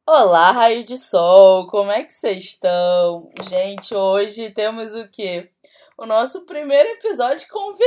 Olá, raio de sol, como é que vocês estão? Gente, hoje temos o quê? O nosso primeiro episódio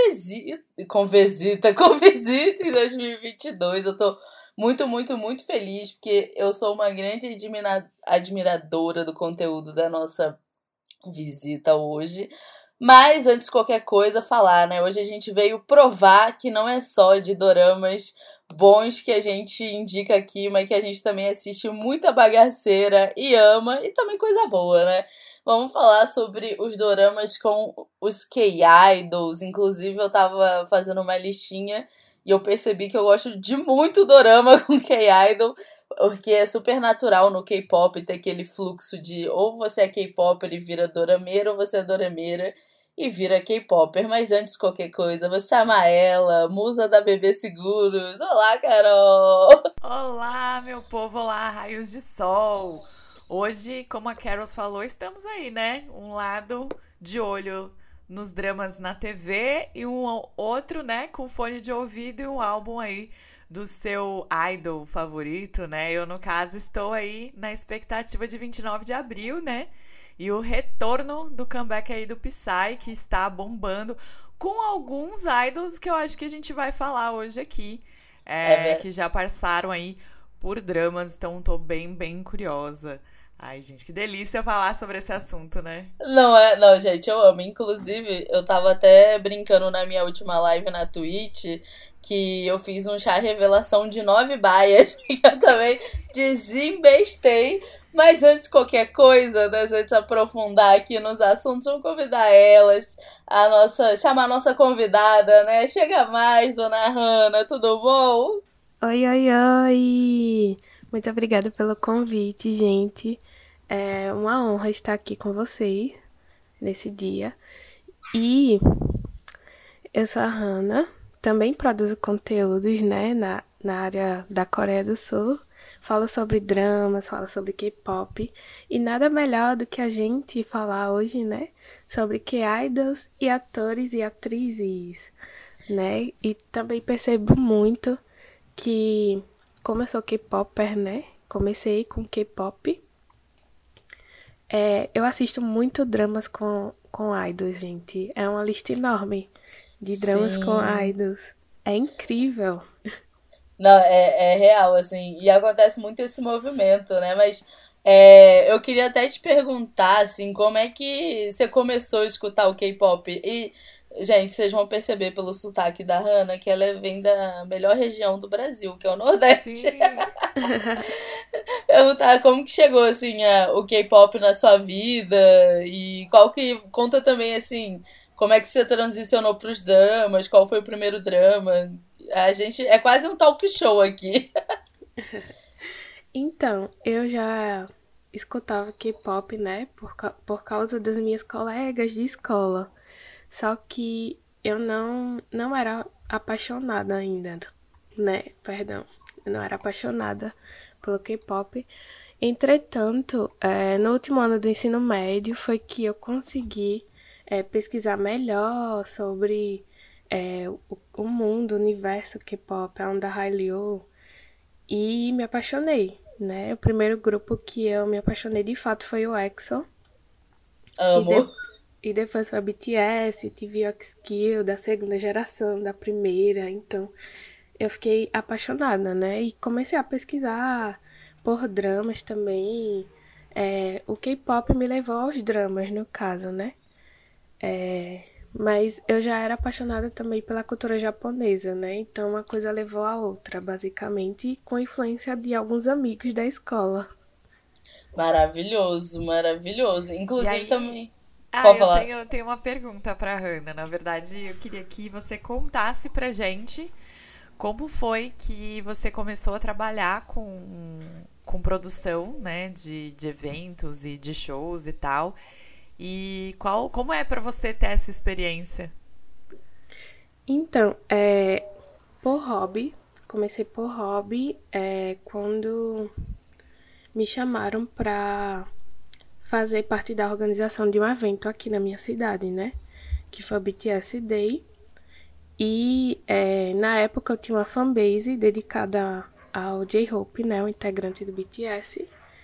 com visita em 2022. Eu tô muito feliz, porque eu sou uma grande admiradora do conteúdo da nossa visita hoje. Mas antes de qualquer coisa, falar, né? Hoje a gente veio provar que não é só de doramas bons que a gente indica aqui, mas que a gente também assiste muita bagaceira e ama, e também coisa boa, né? Vamos falar sobre os doramas com os K-idols. Inclusive, eu tava fazendo uma listinha e eu percebi que eu gosto de muito dorama com K-idol, porque é super natural no K-pop ter aquele fluxo de ou você é K-popper e vira dorameira, ou você é dorameira e vira K-popper. Mas antes de qualquer coisa, vou chamar ela, musa da Bebê Seguros. Olá, Carol! Olá, meu povo, olá, raios de sol. Hoje, como a Carol falou, estamos aí, né? Um lado de olho nos dramas na TV e um outro, né, com fone de ouvido e um álbum aí do seu idol favorito, né? Eu, no caso, estou aí na expectativa de 29 de abril, né? E o retorno do comeback aí do Psy, que está bombando, com alguns idols que eu acho que a gente vai falar hoje aqui, É verdade. que já passaram aí por dramas, então tô bem curiosa. Ai, gente, que delícia falar sobre esse assunto, né? Não é, não, gente, eu amo. Inclusive, eu tava até brincando na minha última live na Twitch que eu fiz um chá revelação de 9 baias, que eu também desembestei. Mas antes de qualquer coisa, da gente aprofundar aqui nos assuntos, vamos convidar elas, chamar a nossa convidada, né? Chega mais, dona Hanna, tudo bom? Oi, oi, oi! Muito obrigada pelo convite, gente. É uma honra estar aqui com vocês nesse dia. E eu sou a Hannah, também produzo conteúdos, né, na área da Coreia do Sul. Falo sobre dramas, falo sobre K-pop. E nada melhor do que a gente falar hoje, né, sobre K-idols e atores e atrizes, né? E também percebo muito que, como eu sou K-popper, né? Comecei com K-pop. Eu assisto muito dramas com idols, gente. É uma lista enorme de dramas com Sim. idols. É incrível. Não, é real, assim, e acontece muito esse movimento, né? Mas eu queria até te perguntar, assim, como é que você começou a escutar o K-pop? E, gente, vocês vão perceber pelo sotaque da Hannah que ela vem da melhor região do Brasil, que é o Nordeste. Sim. Perguntar como que chegou, assim, o K-pop na sua vida e qual que... Conta também, assim, como é que você transicionou pros dramas, qual foi o primeiro drama. A gente... É quase um talk show aqui. Então, eu já escutava K-pop, né? Por causa das minhas colegas de escola. Só que eu não era apaixonada ainda, né? Perdão. Eu não era apaixonada pelo K-pop. Entretanto, no último ano do ensino médio foi que eu consegui pesquisar melhor sobre o mundo, o universo K-pop, a onda Hallyu, e me apaixonei, né? O primeiro grupo que eu me apaixonei de fato foi o EXO, e, Amo. de, e depois foi a BTS, TVXQ, da segunda geração, da primeira, então eu fiquei apaixonada, né? E comecei a pesquisar por dramas também. O K-pop me levou aos dramas, no caso, né? Mas eu já era apaixonada também pela cultura japonesa, né? Então uma coisa levou a outra, basicamente, com influência de alguns amigos da escola. Maravilhoso, maravilhoso. E Inclusive aí, também... Pode falar. eu tenho uma pergunta pra Hannah. Na verdade, eu queria que você contasse pra gente como foi que você começou a trabalhar com produção, né, de eventos e de shows e tal. E como é pra você ter essa experiência? Então, por hobby, comecei por hobby, quando me chamaram pra fazer parte da organização de um evento aqui na minha cidade, né? Que foi o BTS Day. E na época eu tinha uma fanbase dedicada ao J-Hope, né? O integrante do BTS.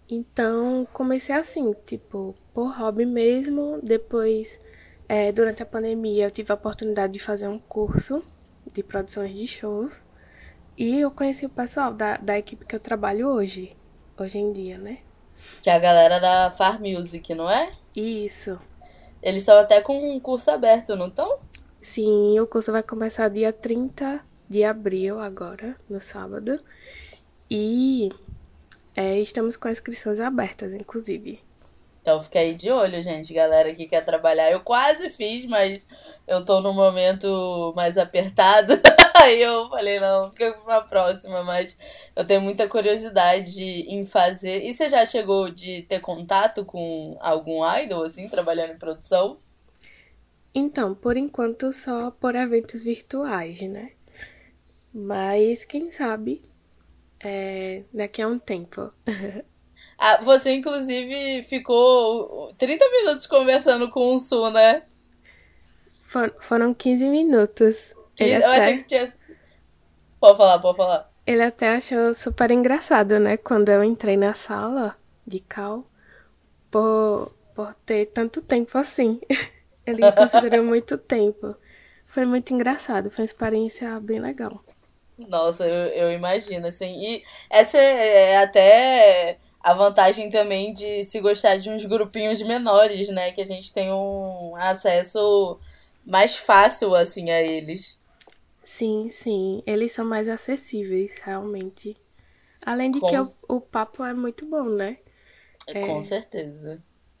Então, comecei assim, tipo, por hobby mesmo. Depois, durante a pandemia, eu tive a oportunidade de fazer um curso de produções de shows. E eu conheci o pessoal da equipe que eu trabalho hoje em dia, né? Que é a galera da Far Music, não é? Isso. Eles estão até com um curso aberto, não estão? Sim, o curso vai começar dia 30 de abril, agora, no sábado. E estamos com as inscrições abertas, inclusive. Então fica aí de olho, gente, galera que quer trabalhar. Eu quase fiz, mas eu tô num momento mais apertado. Aí eu falei, não, fica pra próxima, mas eu tenho muita curiosidade em fazer. E você já chegou de ter contato com algum idol, assim, trabalhando em produção? Então, por enquanto, só por eventos virtuais, né? Mas, quem sabe, daqui a um tempo. Ah, você inclusive ficou 30 minutos conversando com o Su, né? Foram 15 minutos. Eu achei que tinha. Pode falar, pode falar. Ele até achou super engraçado, né? Quando eu entrei na sala de cal, por ter tanto tempo assim. Ele considerou muito tempo. Foi muito engraçado, foi uma experiência bem legal. Nossa, eu imagino, assim. E essa é até a vantagem também de se gostar de uns grupinhos menores, né? Que a gente tem um acesso mais fácil, assim, a eles. Sim, sim, eles são mais acessíveis, realmente. Além de que Com, o papo é muito bom, né? com É, certeza.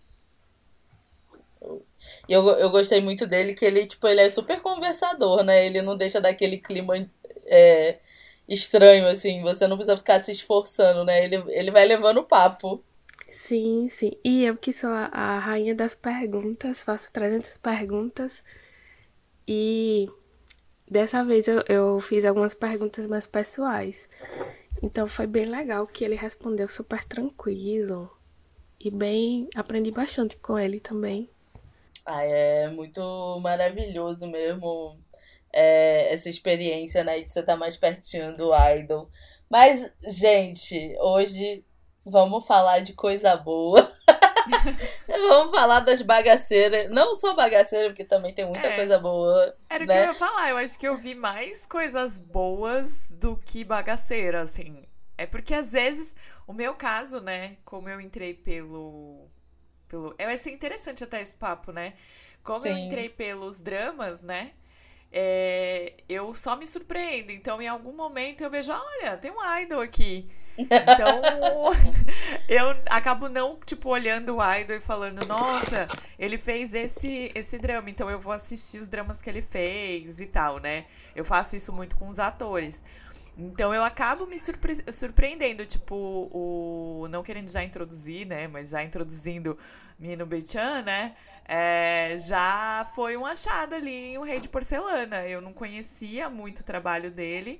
E eu gostei muito dele, que ele, tipo, ele é super conversador, né? Ele não deixa daquele clima é, estranho, assim. Você não precisa ficar se esforçando, né? Ele vai levando o papo. sim, sim. E eu que sou a rainha das perguntas, faço 300 perguntas. E dessa vez eu fiz algumas perguntas mais pessoais. Então foi bem legal que ele respondeu super tranquilo. E bem, aprendi bastante com ele também. Ah, é muito maravilhoso mesmo essa experiência, né? De você estar mais pertinho do idol. Mas, gente, hoje vamos falar de coisa boa. Vamos falar das bagaceiras. Não só bagaceira, porque também tem muita É, coisa boa, era o que eu né? ia falar. Eu acho que eu vi mais coisas boas do que bagaceira, assim. É porque às vezes, o meu caso, né? Como eu entrei vai ser interessante até esse papo, né? Como eu Sim. entrei pelos dramas, né? Eu só me surpreendo. Então, em algum momento, eu vejo, olha, tem um idol aqui. Então, eu acabo não, tipo, olhando o idol e falando, nossa, ele fez esse drama, então eu vou assistir os dramas que ele fez e tal, né? Eu faço isso muito com os atores. Então eu acabo me surpreendendo, tipo, não querendo já introduzir, né? Mas já introduzindo Mino Beichan, né? Já foi um achado ali, um rei de porcelana. Eu não conhecia muito o trabalho dele.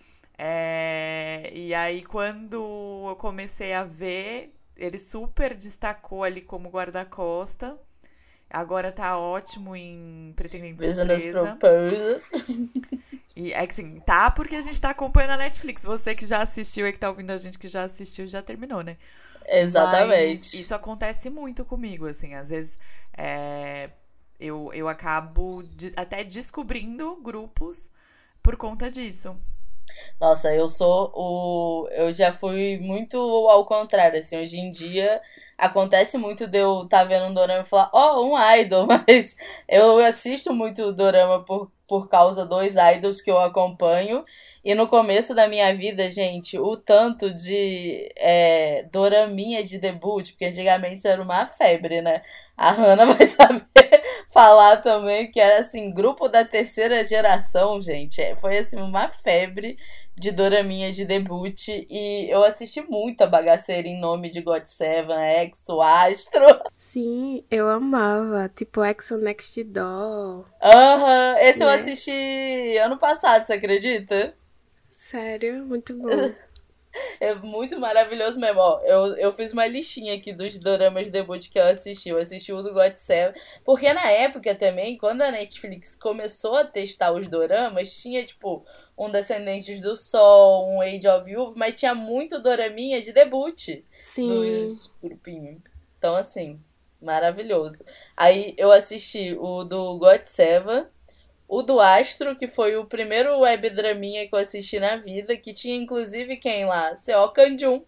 E aí, quando eu comecei a ver, ele super destacou ali como guarda-costa. Agora tá ótimo em Pretendente Business Surpresa. Proposal. E é que assim, tá porque a gente tá acompanhando a Netflix. Você que já assistiu e que tá ouvindo a gente que já assistiu, já terminou, né? Mas Exatamente. isso acontece muito comigo, assim. Às vezes eu acabo até descobrindo grupos por conta disso. Nossa, eu sou o. Eu já fui muito ao contrário, assim. Hoje em dia acontece muito de eu estar vendo um dorama e falar, ó, um idol, mas eu assisto muito dorama por causa dos idols que eu acompanho. E no começo da minha vida, gente, o tanto de doraminha de debut, porque antigamente era uma febre, né? A Hannah vai saber falar também que era assim, grupo da terceira geração, gente. Foi assim, uma febre de doraminha de debut e eu assisti muita bagaceira em nome de God Seven, EXO, Astro. Sim, eu amava. Tipo, Exo Next Door, Aham, esse eu né? assisti ano passado, você acredita? Sério, muito bom. É muito maravilhoso mesmo. Ó, eu fiz uma listinha aqui dos doramas debut que eu assisti. Eu assisti o do God Seven. Porque na época também, quando a Netflix começou a testar os doramas, tinha, tipo, um Descendentes do Sol, um Age of Youth, mas tinha muito doraminha de debut Sim. dos grupinhos. Então, assim, maravilhoso. Aí eu assisti o do God Seven, o do Astro, que foi o primeiro webdraminha que eu assisti na vida, que tinha inclusive quem lá? Seo Kang-joon,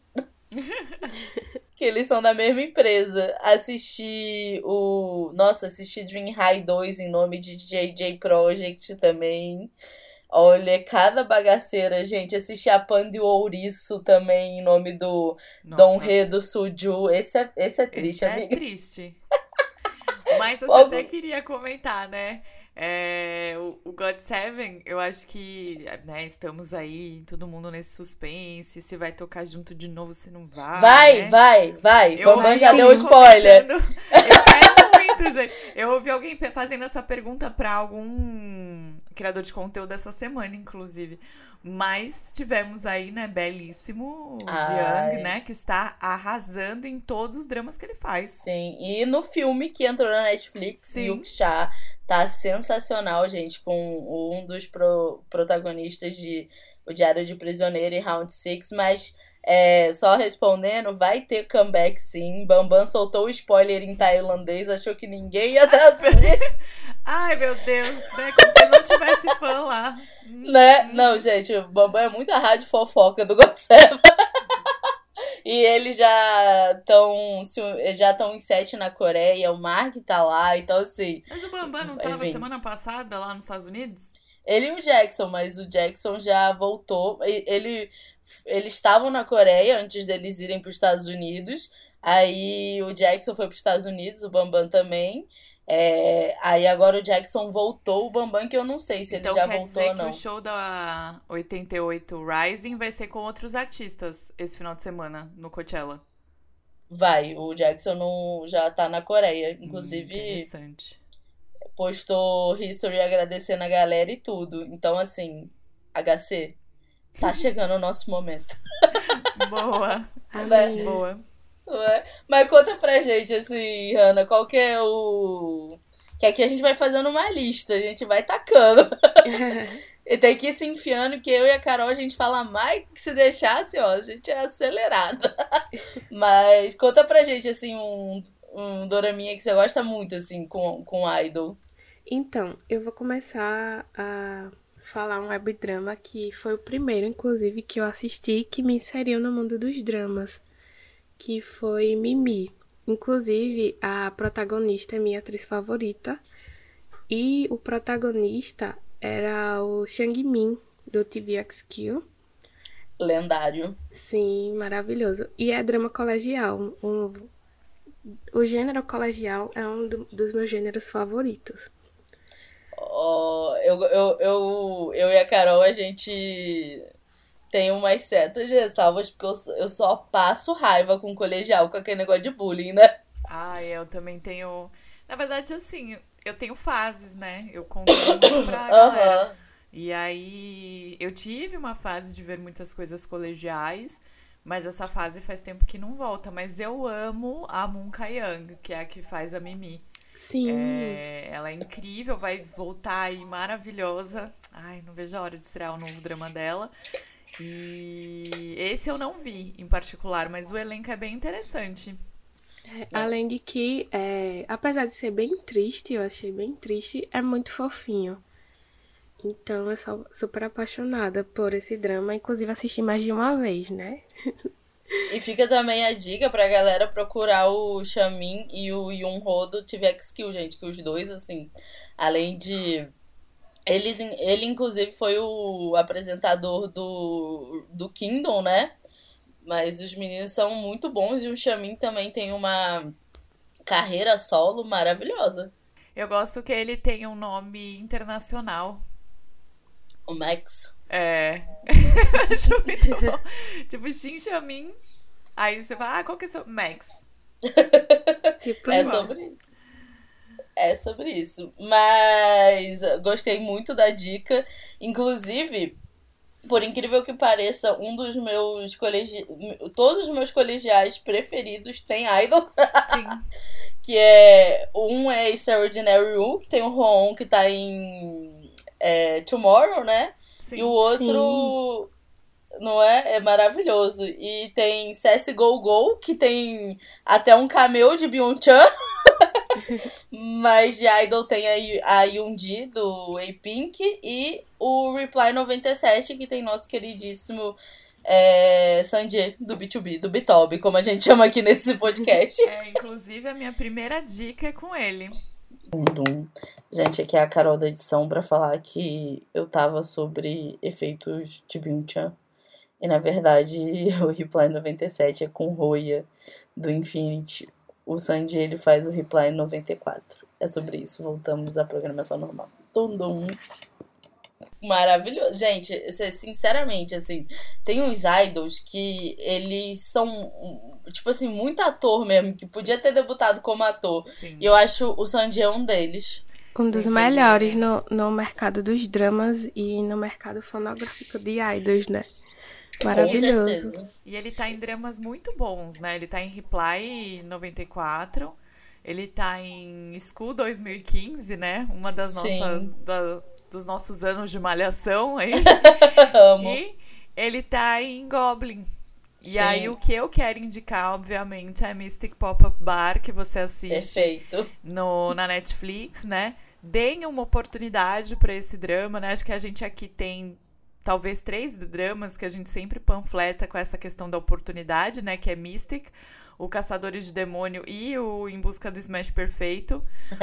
que eles são da mesma empresa. Assisti o... Nossa, assisti Dream High 2 em nome de JJ Project também. Olha, cada bagaceira, gente. Assisti a Panda e o Ouriço também em nome do Dong Nossa, He do Suju. Esse é triste, esse é amiga. triste. Mas você até Logo... queria comentar, né? É, o God Seven, eu acho que, né, estamos aí, todo mundo nesse suspense, se vai tocar junto de novo, se não vai, Vai, né? vai, vai. Eu Bambam ouvi já deu alguém spoiler. comentando. É muito, gente. Eu ouvi alguém fazendo essa pergunta pra algum criador de conteúdo essa semana, inclusive. Mas tivemos aí, né, belíssimo o Jiang, Ai, né, que está arrasando em todos os dramas que ele faz. sim. E no filme que entrou na Netflix, Sim. Yuksha, tá sensacional, gente, com um dos protagonistas de O Diário de Prisioneiro e Round Six, mas só respondendo, vai ter comeback sim. Bambam soltou o spoiler em tailandês, achou que ninguém ia traduzir, Ai, meu Deus, né? Como se não tivesse fã lá. né? Não, gente, o Bambam é muita rádio fofoca do Gotseba. E eles já estão em 7 na Coreia, o Mark tá lá, então assim, Mas o Bambam não vai tava vir. semana passada lá nos Estados Unidos? Ele e o Jackson, mas o Jackson já voltou. Eles estavam na Coreia antes deles irem para os Estados Unidos. Aí o Jackson foi para os Estados Unidos, o Bambam também. Aí agora o Jackson voltou, o Bambam que eu não sei se ele Então já quer voltou dizer ou que o não. show da 88 Rising vai ser com outros artistas esse final de semana no Coachella. Vai, o Jackson já tá na Coreia. Inclusive, Interessante. postou history agradecendo a galera e tudo. Então, assim, HC, tá chegando o nosso momento. Boa, Né? Amém. boa. Ué. Mas conta pra gente, assim, Hanna, qual que é o. Que aqui a gente vai fazendo uma lista, a gente vai tacando. E tem que ir se enfiando, que eu e a Carol a gente fala mais que se deixasse, ó, a gente é acelerada. Mas conta pra gente, assim, um doraminha que você gosta muito, assim, com Idol. Então, eu vou começar a falar um webdrama que foi o primeiro, inclusive, que eu assisti que me inseriu no mundo dos dramas, que foi Mimi. Inclusive, a protagonista é minha atriz favorita e o protagonista era o Chang Min, do TVXQ. Lendário. Sim, maravilhoso. E é drama colegial. O gênero colegial é um dos meus gêneros favoritos. Ó, eu e a Carol, a gente tem umas certas ressalvas, porque eu só passo raiva com colegial, com aquele negócio de bullying, né? Ai, eu também tenho. Na verdade, assim, eu tenho fases, né? Eu conto muito pra galera. Aham. E aí, eu tive uma fase de ver muitas coisas colegiais, mas essa fase faz tempo que não volta. Mas eu amo a Moon Ka-young, que é a que faz a Mimi. Sim, Ela é incrível, vai voltar aí maravilhosa. Ai, não vejo a hora de estrear o novo drama dela. E esse eu não vi em particular, mas o elenco é bem interessante. além de que, apesar de ser bem triste, eu achei bem triste, é muito fofinho. Então eu sou super apaixonada por esse drama, inclusive assisti mais de uma vez, né? E fica também a dica pra galera procurar o Chamin e o Yoon-ho do TVXQ, gente, que os dois, assim, além de... Ele, inclusive, foi o apresentador do Kingdom, né? Mas os meninos são muito bons e o Chamin também tem uma carreira solo maravilhosa. Eu gosto que ele tem um nome internacional. O Max. É. Acho muito bom. Tipo, Shin Chamin. Aí você fala, qual que é seu. Max. Tipo É isso. sobre isso. É sobre isso. Mas gostei muito da dica. Inclusive, por incrível que pareça, todos os meus colegiais preferidos têm idol. Sim. Que é... Um é Extraordinary Who, que tem o Roon, que tá em Tomorrow, né? Sim. E o outro... Não é? É maravilhoso. E tem CSGO Go, que tem até um cameo de Byung-chan. Mas de idol tem a Yoongi, do A-Pink. E o Reply 97, que tem nosso queridíssimo Sanjay, do B2B, do Bitob, como a gente chama aqui nesse podcast. Inclusive, a minha primeira dica é com ele. Gente, aqui é a Carol da edição pra falar que eu tava sobre efeitos de Byung-chan. E na verdade, o Reply 97 é com Roya, do Infinity. O Sanjay, ele faz o Reply 94. É sobre isso. Voltamos à programação normal. Dum. Maravilhoso. Gente, sinceramente, assim, tem uns idols que eles são, tipo assim, muito ator mesmo, que podia ter debutado como ator. Sim. E eu acho o Sanjay um deles. Um dos melhores no mercado dos dramas e no mercado fonográfico de idols, né? Maravilhoso. E ele tá em dramas muito bons, né? Ele tá em Reply 94, ele tá em School 2015, né? Uma das nossas... dos nossos anos de malhação aí. Amo. E ele tá em Goblin. E Sim. aí o que eu quero indicar, obviamente, é Mystic Pop-Up Bar, que você assiste Perfeito. na Netflix, né? Deem uma oportunidade pra esse drama, né? Acho que a gente aqui tem talvez 3 dramas que a gente sempre panfleta com essa questão da oportunidade, né? Que é Mystic, o Caçadores de Demônio e o Em Busca do Smash Perfeito.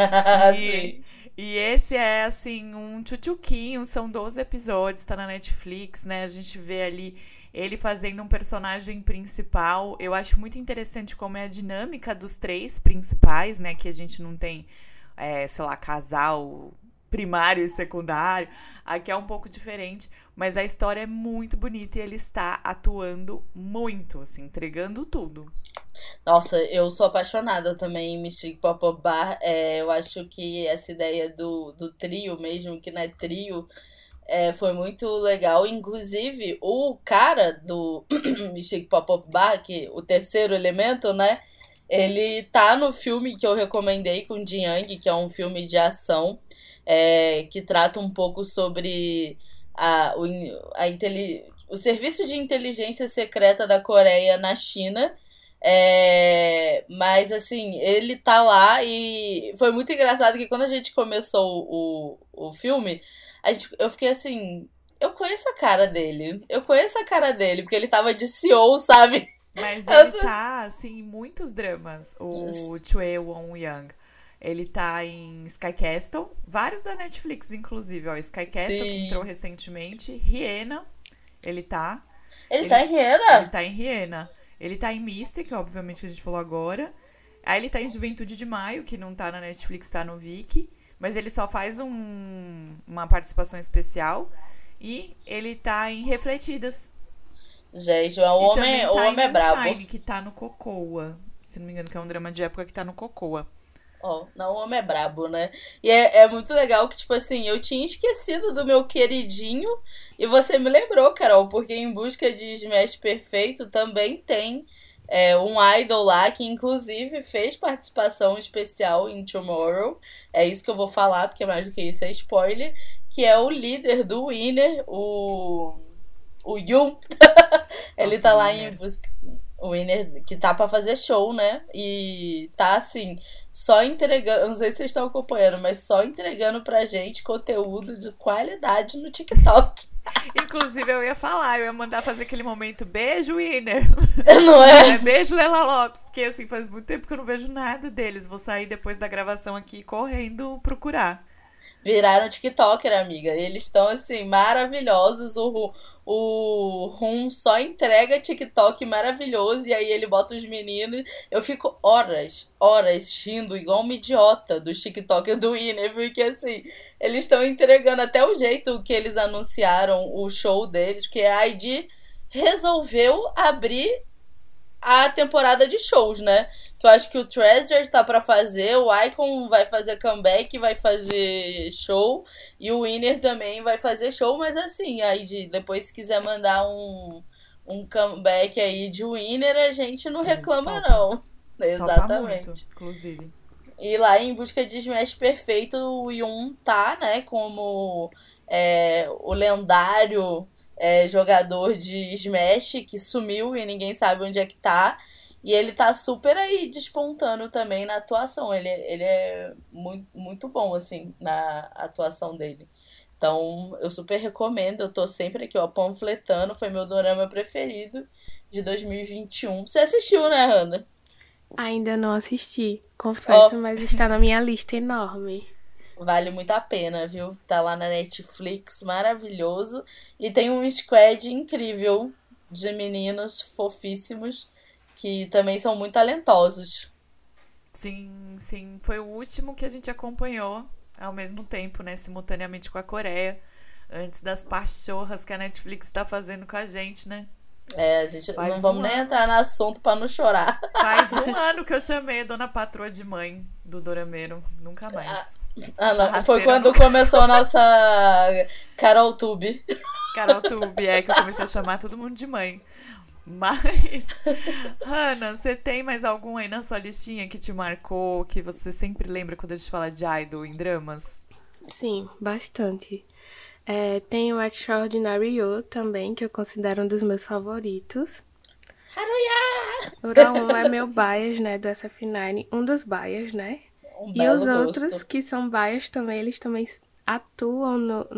E esse é, assim, um tchutchuquinho, são 12 episódios, tá na Netflix, né? A gente vê ali ele fazendo um personagem principal. Eu acho muito interessante como é a dinâmica dos 3 principais, né? Que a gente não tem, sei lá, casal primário e secundário. Aqui é um pouco diferente, mas a história é muito bonita e ele está atuando muito, assim, entregando tudo. Nossa, eu sou apaixonada também em Mystic Pop-Up Bar. Eu acho que essa ideia do trio mesmo, que não é trio, foi muito legal. Inclusive, o cara do Mystic Pop-Up Bar, que o terceiro elemento, né? Ele tá no filme que eu recomendei com Jin Young, que é um filme de ação, que trata um pouco sobre o serviço de inteligência secreta da Coreia na China. Mas assim, ele tá lá e foi muito engraçado que quando a gente começou o filme, eu fiquei assim, eu conheço a cara dele, porque ele tava de CEO, sabe? Mas ele tá, assim, em muitos dramas, o Choi Won-young. Ele tá em Sky Castle, vários da Netflix, inclusive, ó. Sky Castle, Sim. que entrou recentemente. Rihanna, ele tá. Ele tá em Rihanna? Ele tá em Rihanna. Ele tá em Mystic, obviamente, que a gente falou agora. Aí ele tá em Juventude de Maio, que não tá na Netflix, tá no Viki. Mas ele só faz uma participação especial. E ele tá em Refletidas. Gente, o homem é brabo. Shine, que tá no Cocoa. Se não me engano, que é um drama de época que tá no Cocoa. Não, o homem é brabo, né? E é muito legal que, tipo assim, eu tinha esquecido do meu queridinho e você me lembrou, Carol, porque Em Busca de Smash Perfeito também tem um idol lá que, inclusive, fez participação especial em Tomorrow. É isso que eu vou falar, porque mais do que isso é spoiler. Que é o líder do Winner, o Yoon. Ele tá lá em busca... O Winner, que tá pra fazer show, né? E tá, assim, só entregando... Não sei se vocês estão acompanhando, mas só entregando pra gente conteúdo de qualidade no TikTok. Inclusive, eu ia mandar fazer aquele momento beijo, Winner. Não é? Beijo, Lela Lopes. Porque, assim, faz muito tempo que eu não vejo nada deles. Vou sair depois da gravação aqui correndo procurar. Viraram TikToker, amiga. Eles estão, assim, maravilhosos. O Rum só entrega TikTok maravilhoso e aí ele bota os meninos. Eu fico horas rindo igual uma idiota do TikTok do Winner, porque assim, eles estão entregando até o jeito que eles anunciaram o show deles, que a ID resolveu abrir a temporada de shows, né? Que eu acho que o Treasure tá pra fazer, o Icon vai fazer comeback, vai fazer show, e o Winner também vai fazer show, mas assim, aí depois se quiser mandar um comeback aí de Winner, a gente não reclama, não. Exatamente. Muito, inclusive. E lá em Busca de Smash Perfeito, o Yun tá, né, como o lendário jogador de Smash que sumiu e ninguém sabe onde é que tá. E ele tá super aí despontando também na atuação. Ele é muito, muito bom, assim, na atuação dele. Então, eu super recomendo. Eu tô sempre aqui, ó, panfletando. Foi meu dorama preferido de 2021. Você assistiu, né, Hannah? Ainda não assisti, confesso, mas está na minha lista enorme. Vale muito a pena, viu? Tá lá na Netflix, maravilhoso. E tem um squad incrível de meninos fofíssimos que também são muito talentosos. Sim, sim. Foi o último que a gente acompanhou ao mesmo tempo, né? Simultaneamente com a Coreia. Antes das pachorras que a Netflix tá fazendo com a gente, né? A gente não vamos nem entrar no assunto pra não chorar. Faz 1 ano que eu chamei a dona patroa de mãe do Dorameiro. Nunca mais. Não. Foi quando começou a nossa Carol Tube. Carol Tube, que eu comecei a chamar todo mundo de mãe. Mas, Hannah, você tem mais algum aí na sua listinha que te marcou, que você sempre lembra quando a gente fala de idol em dramas? Sim, bastante. Tem o Extraordinary You também, que eu considero um dos meus favoritos. Haruya! O Ura-1 é meu bias, né, do SF9, um dos bias, né? E os outros que são bias também, eles também atuam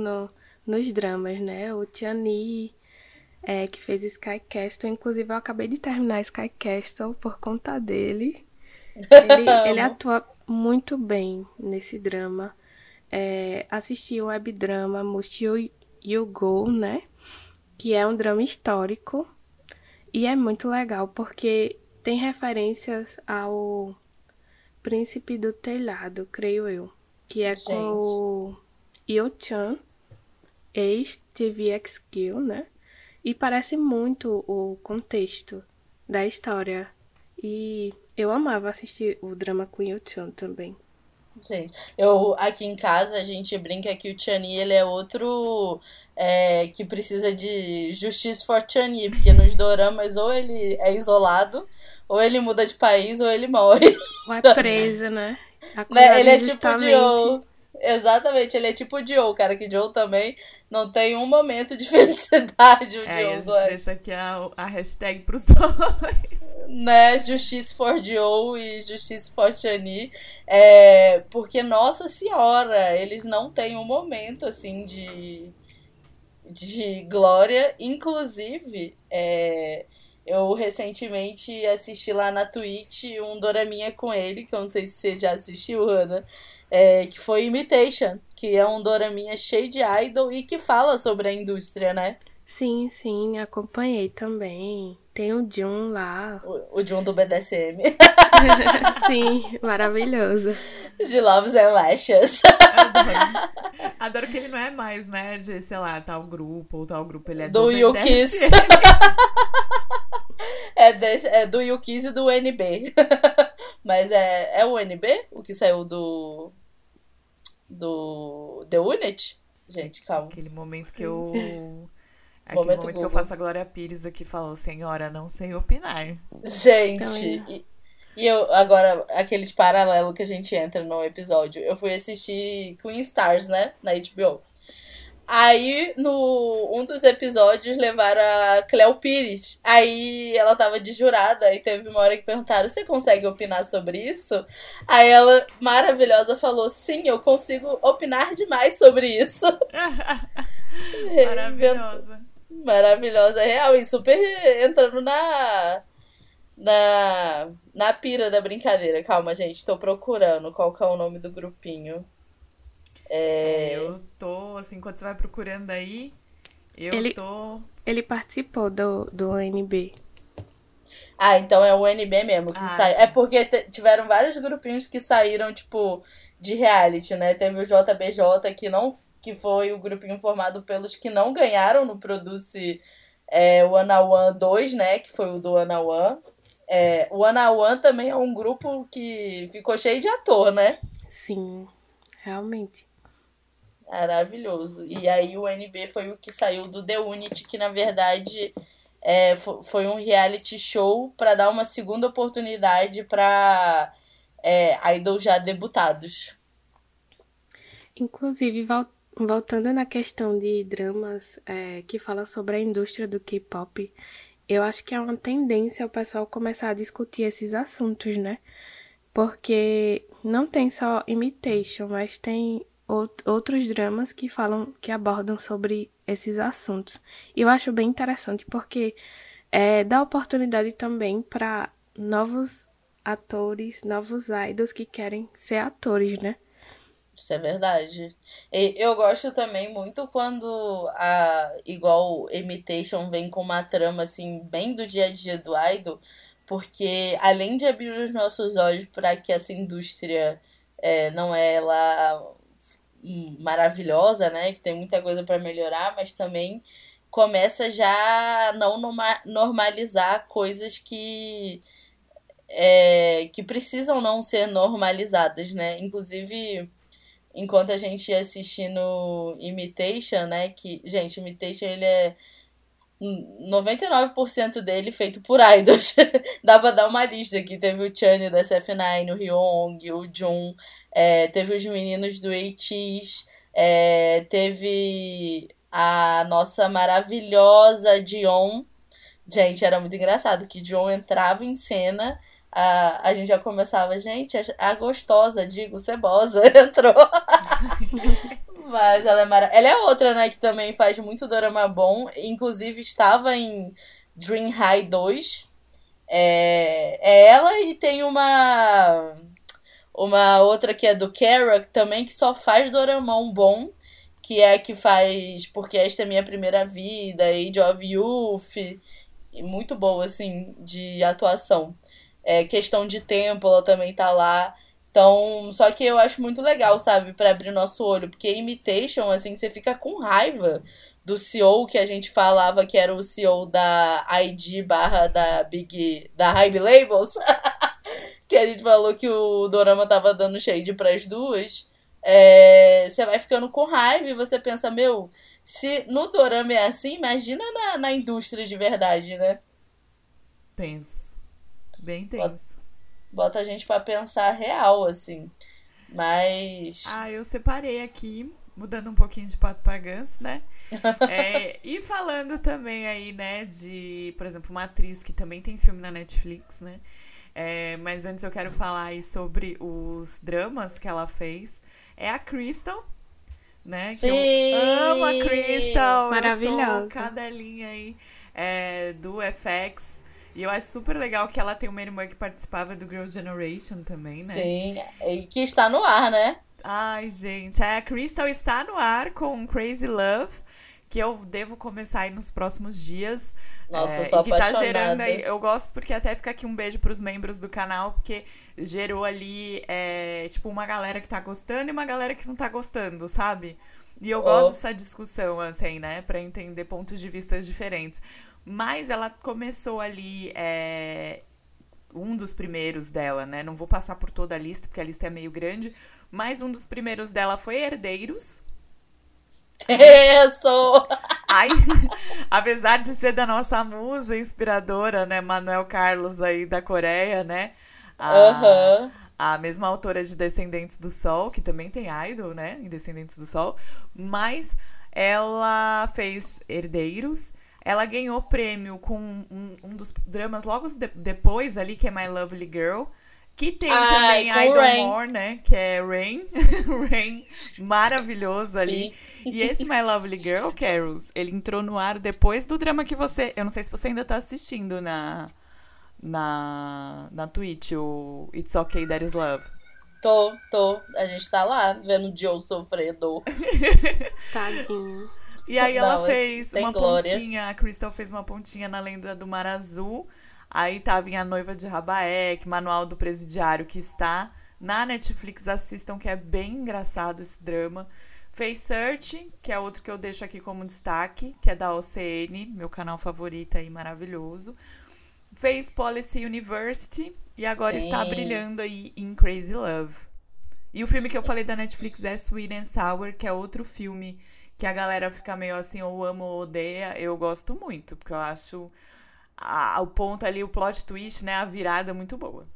nos dramas, né? O Tiani, que fez Sky Castle, inclusive eu acabei de terminar Sky Castle por conta dele. Ele atua muito bem nesse drama. Assisti o webdrama Must You Go, né? Que é um drama histórico. E é muito legal porque tem referências ao Príncipe do Telhado, creio eu. Que é com o Yo-chan, ex-TVXQ, né? E parece muito o contexto da história. E eu amava assistir o drama com o Yo-chan também. Gente, aqui em casa a gente brinca que o Chani, ele é outro que precisa de justiça for Chani, porque nos doramas ou ele é isolado, ou ele muda de país, ou ele morre. Ou é preso, né? Ele é tipo o Joe. Exatamente, ele é tipo o Joe, cara, que Joe também não tem um momento de felicidade. A gente deixa aqui a hashtag pros dois. Né, Justice for Joe e Justice for Chani. Porque, nossa senhora, eles não têm um momento, assim, de glória. Inclusive, eu recentemente assisti lá na Twitch um doraminha com ele, que eu não sei se você já assistiu, Hannah, que foi Imitation, que é um doraminha cheio de idol e que fala sobre a indústria, né? Sim, acompanhei também. Tem o Jun lá. O Jun do BDSM. Sim, maravilhoso. De Loves and Lashes. Adoro que ele não é mais, né, de, sei lá, tal grupo ou tal grupo. Ele é do Yukiss. Do Yukiss e do NB. Mas é o NB? O que saiu do The Unit? Gente, calma. Aquele momento que eu... Aquele momento que eu faço a Glória Pires aqui, falou: senhora, não sei opinar. Gente, e eu, agora, aqueles paralelos que a gente entra no episódio, eu fui assistir Queen Stars, né, na HBO. Aí, um dos episódios, levaram a Cleo Pires. Aí, ela tava de jurada e teve uma hora que perguntaram: você consegue opinar sobre isso? Aí ela, maravilhosa, falou: sim, eu consigo opinar demais sobre isso. Maravilhosa. Maravilhosa, real. E super entrando na pira da brincadeira. Calma, gente, tô procurando qual que é o nome do grupinho. Eu tô, assim, quando você vai procurando aí, Ele participou do ONB. Ah, então é o ONB mesmo que saiu. É porque tiveram vários grupinhos que saíram, tipo, de reality, né? Teve o JBJ, que foi o grupinho formado pelos que não ganharam no Produce One on One 2, né? Que foi o do One on One. O One on One também é um grupo que ficou cheio de ator, né? Sim, realmente. Maravilhoso. E aí o NB foi o que saiu do The Unity, que na verdade foi um reality show para dar uma segunda oportunidade para idols já debutados. Inclusive, voltando na questão de dramas que fala sobre a indústria do K-pop, eu acho que é uma tendência o pessoal começar a discutir esses assuntos, né? Porque não tem só Imitation, mas tem outros dramas que falam, que abordam sobre esses assuntos. E eu acho bem interessante porque dá oportunidade também para novos atores, novos idols que querem ser atores, né? Isso é verdade. E eu gosto também muito quando igual Imitation vem com uma trama assim bem do dia a dia do idol, porque além de abrir os nossos olhos para que essa indústria não é lá maravilhosa, né, que tem muita coisa para melhorar, mas também começa já a não normalizar coisas que precisam não ser normalizadas, né? Inclusive enquanto a gente ia assistindo Imitation, né? Que, gente, Imitation ele é 99% dele feito por idols. Dá pra dar uma lista aqui. Teve o Chanyu da SF9, o Hyung, o Jun, teve os meninos do ATEEZ, teve a nossa maravilhosa Dion. Gente, era muito engraçado que Dion entrava em cena, a gente já começava, gente, a gostosa, digo, cebosa, entrou. Mas ela é ela é outra, né, que também faz muito dorama bom. Inclusive estava em Dream High 2. É ela e tem uma outra que é do Kara, também que só faz doramão bom. Que é a que faz Porque Esta é Minha Primeira Vida, Age of Youth. E muito boa, assim, de atuação. Questão de tempo, ela também tá lá. Então, só que eu acho muito legal, sabe, pra abrir nosso olho, porque Imitation, assim, você fica com raiva do CEO que a gente falava que era o CEO da ID barra da Hybe Labels, que a gente falou que o Dorama tava dando shade pras duas. Você vai ficando com raiva e você pensa, meu, se no Dorama é assim, imagina na indústria de verdade, né? Tenso. Bem tenso. Bota a gente pra pensar real, assim. Mas. Eu separei aqui, mudando um pouquinho de pato pra ganso, né? E falando também aí, né, de, por exemplo, uma atriz que também tem filme na Netflix, né? Mas antes eu quero falar aí sobre os dramas que ela fez. É a Crystal, né? Sim! Que eu amo a Crystal. Maravilhosa. Eu sou cadelinha aí do FX. E eu acho super legal que ela tem uma irmã que participava do Girls' Generation também, né? Sim, e que está no ar, né? Ai, gente. A Crystal está no ar com Crazy Love, que eu devo começar aí nos próximos dias. Nossa, eu sou e que tá apaixonada. gerando aí. Eu gosto porque até fica aqui um beijo pros membros do canal, porque gerou ali, tipo, uma galera que tá gostando e uma galera que não tá gostando, sabe? E eu gosto dessa discussão, assim, né? Pra entender pontos de vista diferentes. Mas ela começou ali, um dos primeiros dela, né? Não vou passar por toda a lista, porque a lista é meio grande. Mas um dos primeiros dela foi Herdeiros. Isso! Ai, apesar de ser da nossa musa inspiradora, né? Manuel Carlos aí da Coreia, né? A mesma autora de Descendentes do Sol, que também tem idol, né? Em Descendentes do Sol. Mas ela fez Herdeiros. Ela ganhou prêmio com um dos dramas logo depois ali, que é My Lovely Girl. Que tem também Idol More, né? Que é Rain. Rain, maravilhoso ali. Sim. E esse My Lovely Girl, Carols, ele entrou no ar depois do drama que você... Eu não sei se você ainda tá assistindo na Twitch, o It's Okay, That Is Love. Tô. A gente tá lá, vendo o Joe sofredor. Tadinho. E aí ela fez uma pontinha, a Crystal fez uma pontinha na Lenda do Mar Azul. Aí tava em A Noiva de Rabaek, Manual do Presidiário, que está na Netflix. Assistam, que é bem engraçado esse drama. Fez Search, que é outro que eu deixo aqui como destaque, que é da OCN, meu canal favorito aí, maravilhoso. fez Policy University e agora está Sim. brilhando aí em Crazy Love. E o filme que eu falei da Netflix é Sweet and Sour, que é outro filme que a galera fica meio assim, ou ama ou odeia. Eu gosto muito, porque eu acho o ponto ali, o plot twist, né, a virada muito boa.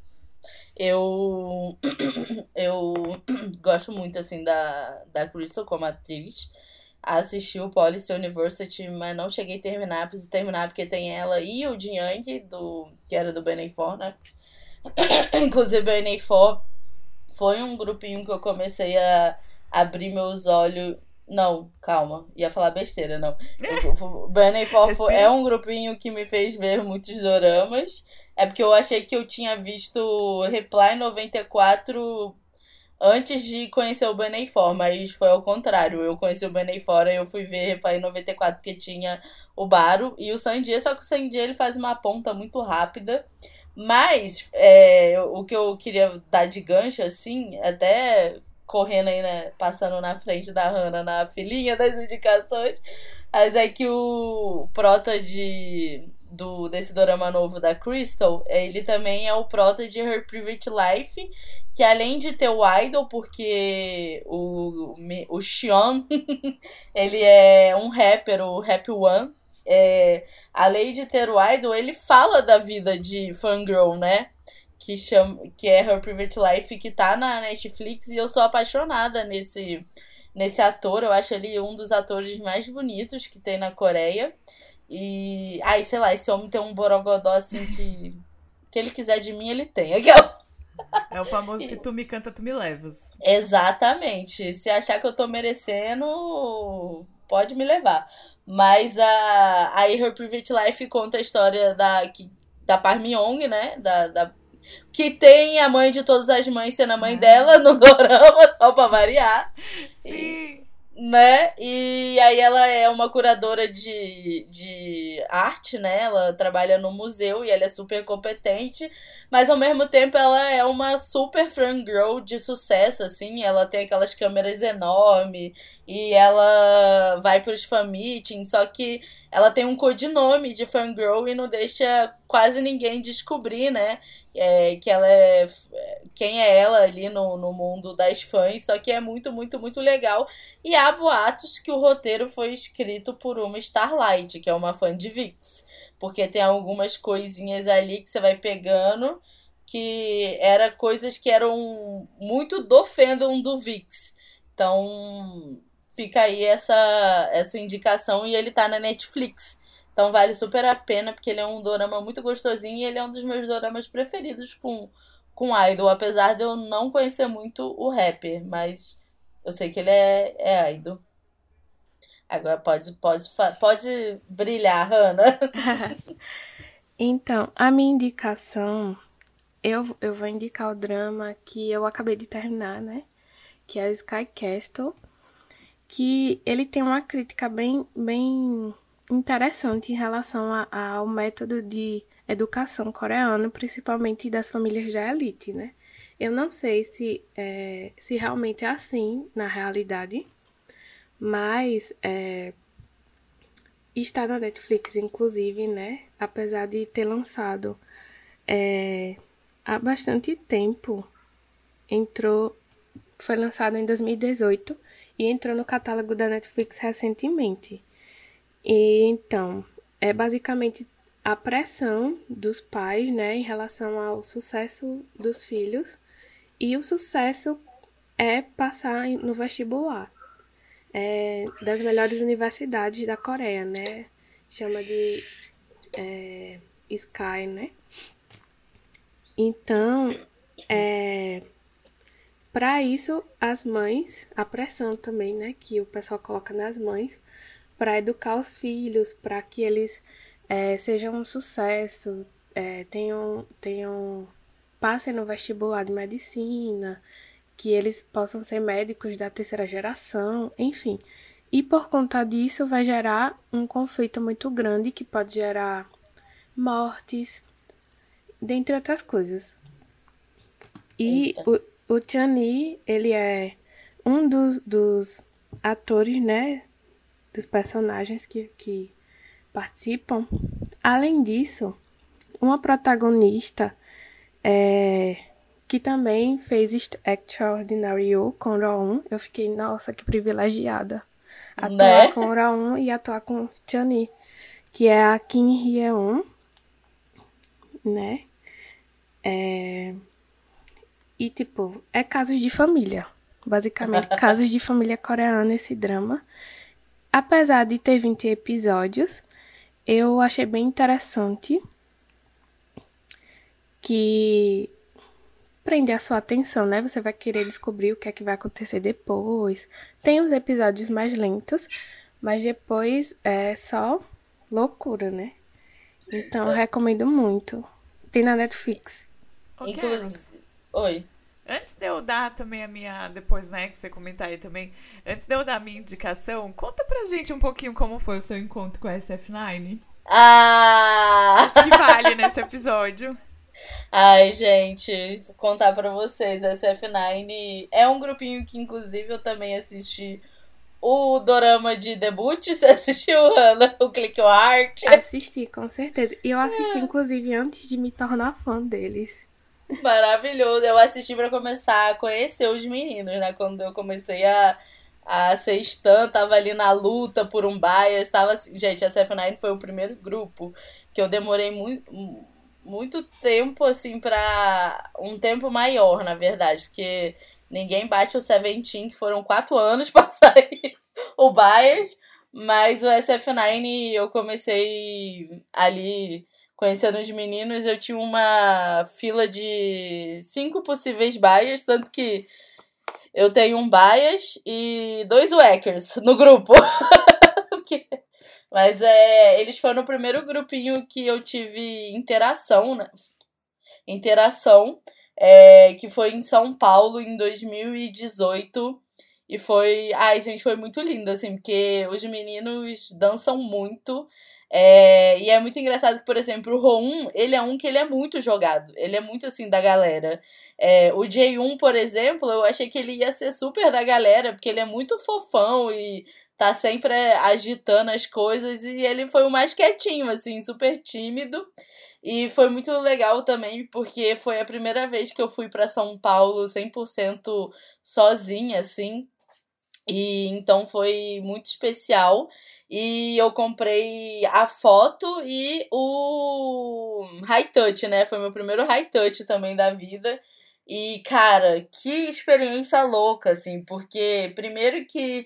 Eu, eu gosto muito, assim, da Crystal como atriz. Assisti o Policy University, mas não cheguei a terminar. Preciso terminar porque tem ela e o Jin Young, que era do Ben-A-4, né? Inclusive, Ben-A-4 foi um grupinho que eu comecei a abrir meus olhos. Não, calma, ia falar besteira, não. O Ben-A-4 é Respira. um grupinho que me fez ver muitos doramas. É porque eu achei que eu tinha visto Reply 94 antes de conhecer o Ben-A-4, mas foi ao contrário. Eu conheci o Ben-A-4 e eu fui ver Reply 94 porque tinha o Baru e o Sanjay, só que o Sanjay ele faz uma ponta muito rápida. Mas o que eu queria dar de gancho, assim, até correndo aí, né, passando na frente da Hannah na filinha das indicações, mas é que o prota desse dorama novo da Crystal, ele também é o prota de Her Private Life, que além de ter o idol, porque o Xion, ele é um rapper, o Rap One, além de ter o idol, ele fala da vida de fangirl, né? Que é Her Private Life, que tá na Netflix, e eu sou apaixonada nesse ator. Eu acho ele um dos atores mais bonitos que tem na Coreia. E, sei lá, esse homem tem um borogodó assim que ele quiser de mim, ele tem. É o famoso se tu me canta, tu me levas. Exatamente. Se achar que eu tô merecendo, pode me levar. Mas a Her Private Life conta a história da Park Myung, né? Que tem a mãe de todas as mães sendo a mãe dela no dorama, só pra variar. Sim. Né? E aí ela é uma curadora de arte, né? Ela trabalha no museu e ela é super competente, mas ao mesmo tempo ela é uma super fangirl de sucesso, assim. Ela tem aquelas câmeras enormes e ela vai pros fan meetings, só que ela tem um codinome de fangirl e não deixa quase ninguém descobrir, né? Que ela quem é ela ali no mundo das fãs, só que é muito, muito, muito legal. E há boatos que o roteiro foi escrito por uma Starlight, que é uma fã de VIX. Porque tem algumas coisinhas ali que você vai pegando que eram coisas que eram muito do fandom do VIX. Então fica aí essa indicação e ele tá na Netflix. Então vale super a pena, porque ele é um dorama muito gostosinho e ele é um dos meus doramas preferidos com idol. Apesar de eu não conhecer muito o rapper, mas eu sei que ele é idol. Agora pode brilhar, Hannah. Então, a minha indicação, eu vou indicar o drama que eu acabei de terminar, né? Que é o Sky Castle, que ele tem uma crítica bem interessante em relação ao método de educação coreano, principalmente das famílias da elite, né? Eu não sei se realmente é assim na realidade, mas está na Netflix, inclusive, né? Apesar de ter lançado há bastante tempo, foi lançado em 2018 e entrou no catálogo da Netflix recentemente. E então, é basicamente a pressão dos pais, né, em relação ao sucesso dos filhos, e o sucesso é passar no vestibular das melhores universidades da Coreia, né? Chama de Sky, né? Então, para isso, as mães, a pressão também, né, que o pessoal coloca nas mães, para educar os filhos, para que eles sejam um sucesso, passem no vestibular de medicina, que eles possam ser médicos da terceira geração, enfim. E por conta disso vai gerar um conflito muito grande que pode gerar mortes, dentre outras coisas. E o Chani, ele é um dos atores, né, dos personagens que participam. Além disso, uma protagonista que também fez Extraordinary You com Rowoon. Eu fiquei, nossa, que privilegiada. Atuar com Rowoon e atuar com Chun-Li, que é a Kim Hye-un, né? E, tipo, é casos de família. Basicamente, casos de família coreana, esse drama. Apesar de ter 20 episódios, eu achei bem interessante que prende a sua atenção, né? Você vai querer descobrir o que é que vai acontecer depois. Tem os episódios mais lentos, mas depois é só loucura, né? Então, eu recomendo muito. Tem na Netflix. Inclusive... Oi. Antes de eu dar também a minha... Depois, né, que você comentar aí também. Antes de eu dar a minha indicação, conta pra gente um pouquinho como foi o seu encontro com a SF9. Acho que vale nesse episódio. Ai, gente, vou contar pra vocês. A SF9 é um grupinho que, inclusive, eu também assisti o dorama de debut. Você assistiu, Ana? O Click Your Heart? Assisti, com certeza. E eu assisti, inclusive, antes de me tornar fã deles. Maravilhoso. Eu assisti pra começar a conhecer os meninos, né? Quando eu comecei a ser stan, tava ali na luta por um bias. Tava assim... Gente, a SF9 foi o primeiro grupo que eu demorei muito tempo, assim, pra... Um tempo maior, na verdade. Porque ninguém bate o Seventeen, que foram 4 anos pra sair o bias. Mas o SF9 eu comecei ali... Conhecendo os meninos, eu tinha uma fila de 5 possíveis bias, tanto que eu tenho um bias e 2 wackers no grupo. Mas eles foram o primeiro grupinho que eu tive interação, né? Que foi em São Paulo em 2018. E foi... Ai, gente, foi muito lindo, assim, porque os meninos dançam muito. E é muito engraçado que, por exemplo, o Rowoon, ele é um que ele é muito jogado. Ele é muito, assim, da galera. O Jae-yoon, por exemplo, eu achei que ele ia ser super da galera, porque ele é muito fofão e tá sempre agitando as coisas. E ele foi o mais quietinho, assim, super tímido. E foi muito legal também, porque foi a primeira vez que eu fui pra São Paulo 100% sozinha, assim. E então foi muito especial. E eu comprei a foto e o high touch, né? Foi meu primeiro high touch também da vida. E, cara, que experiência louca, assim. Porque, primeiro que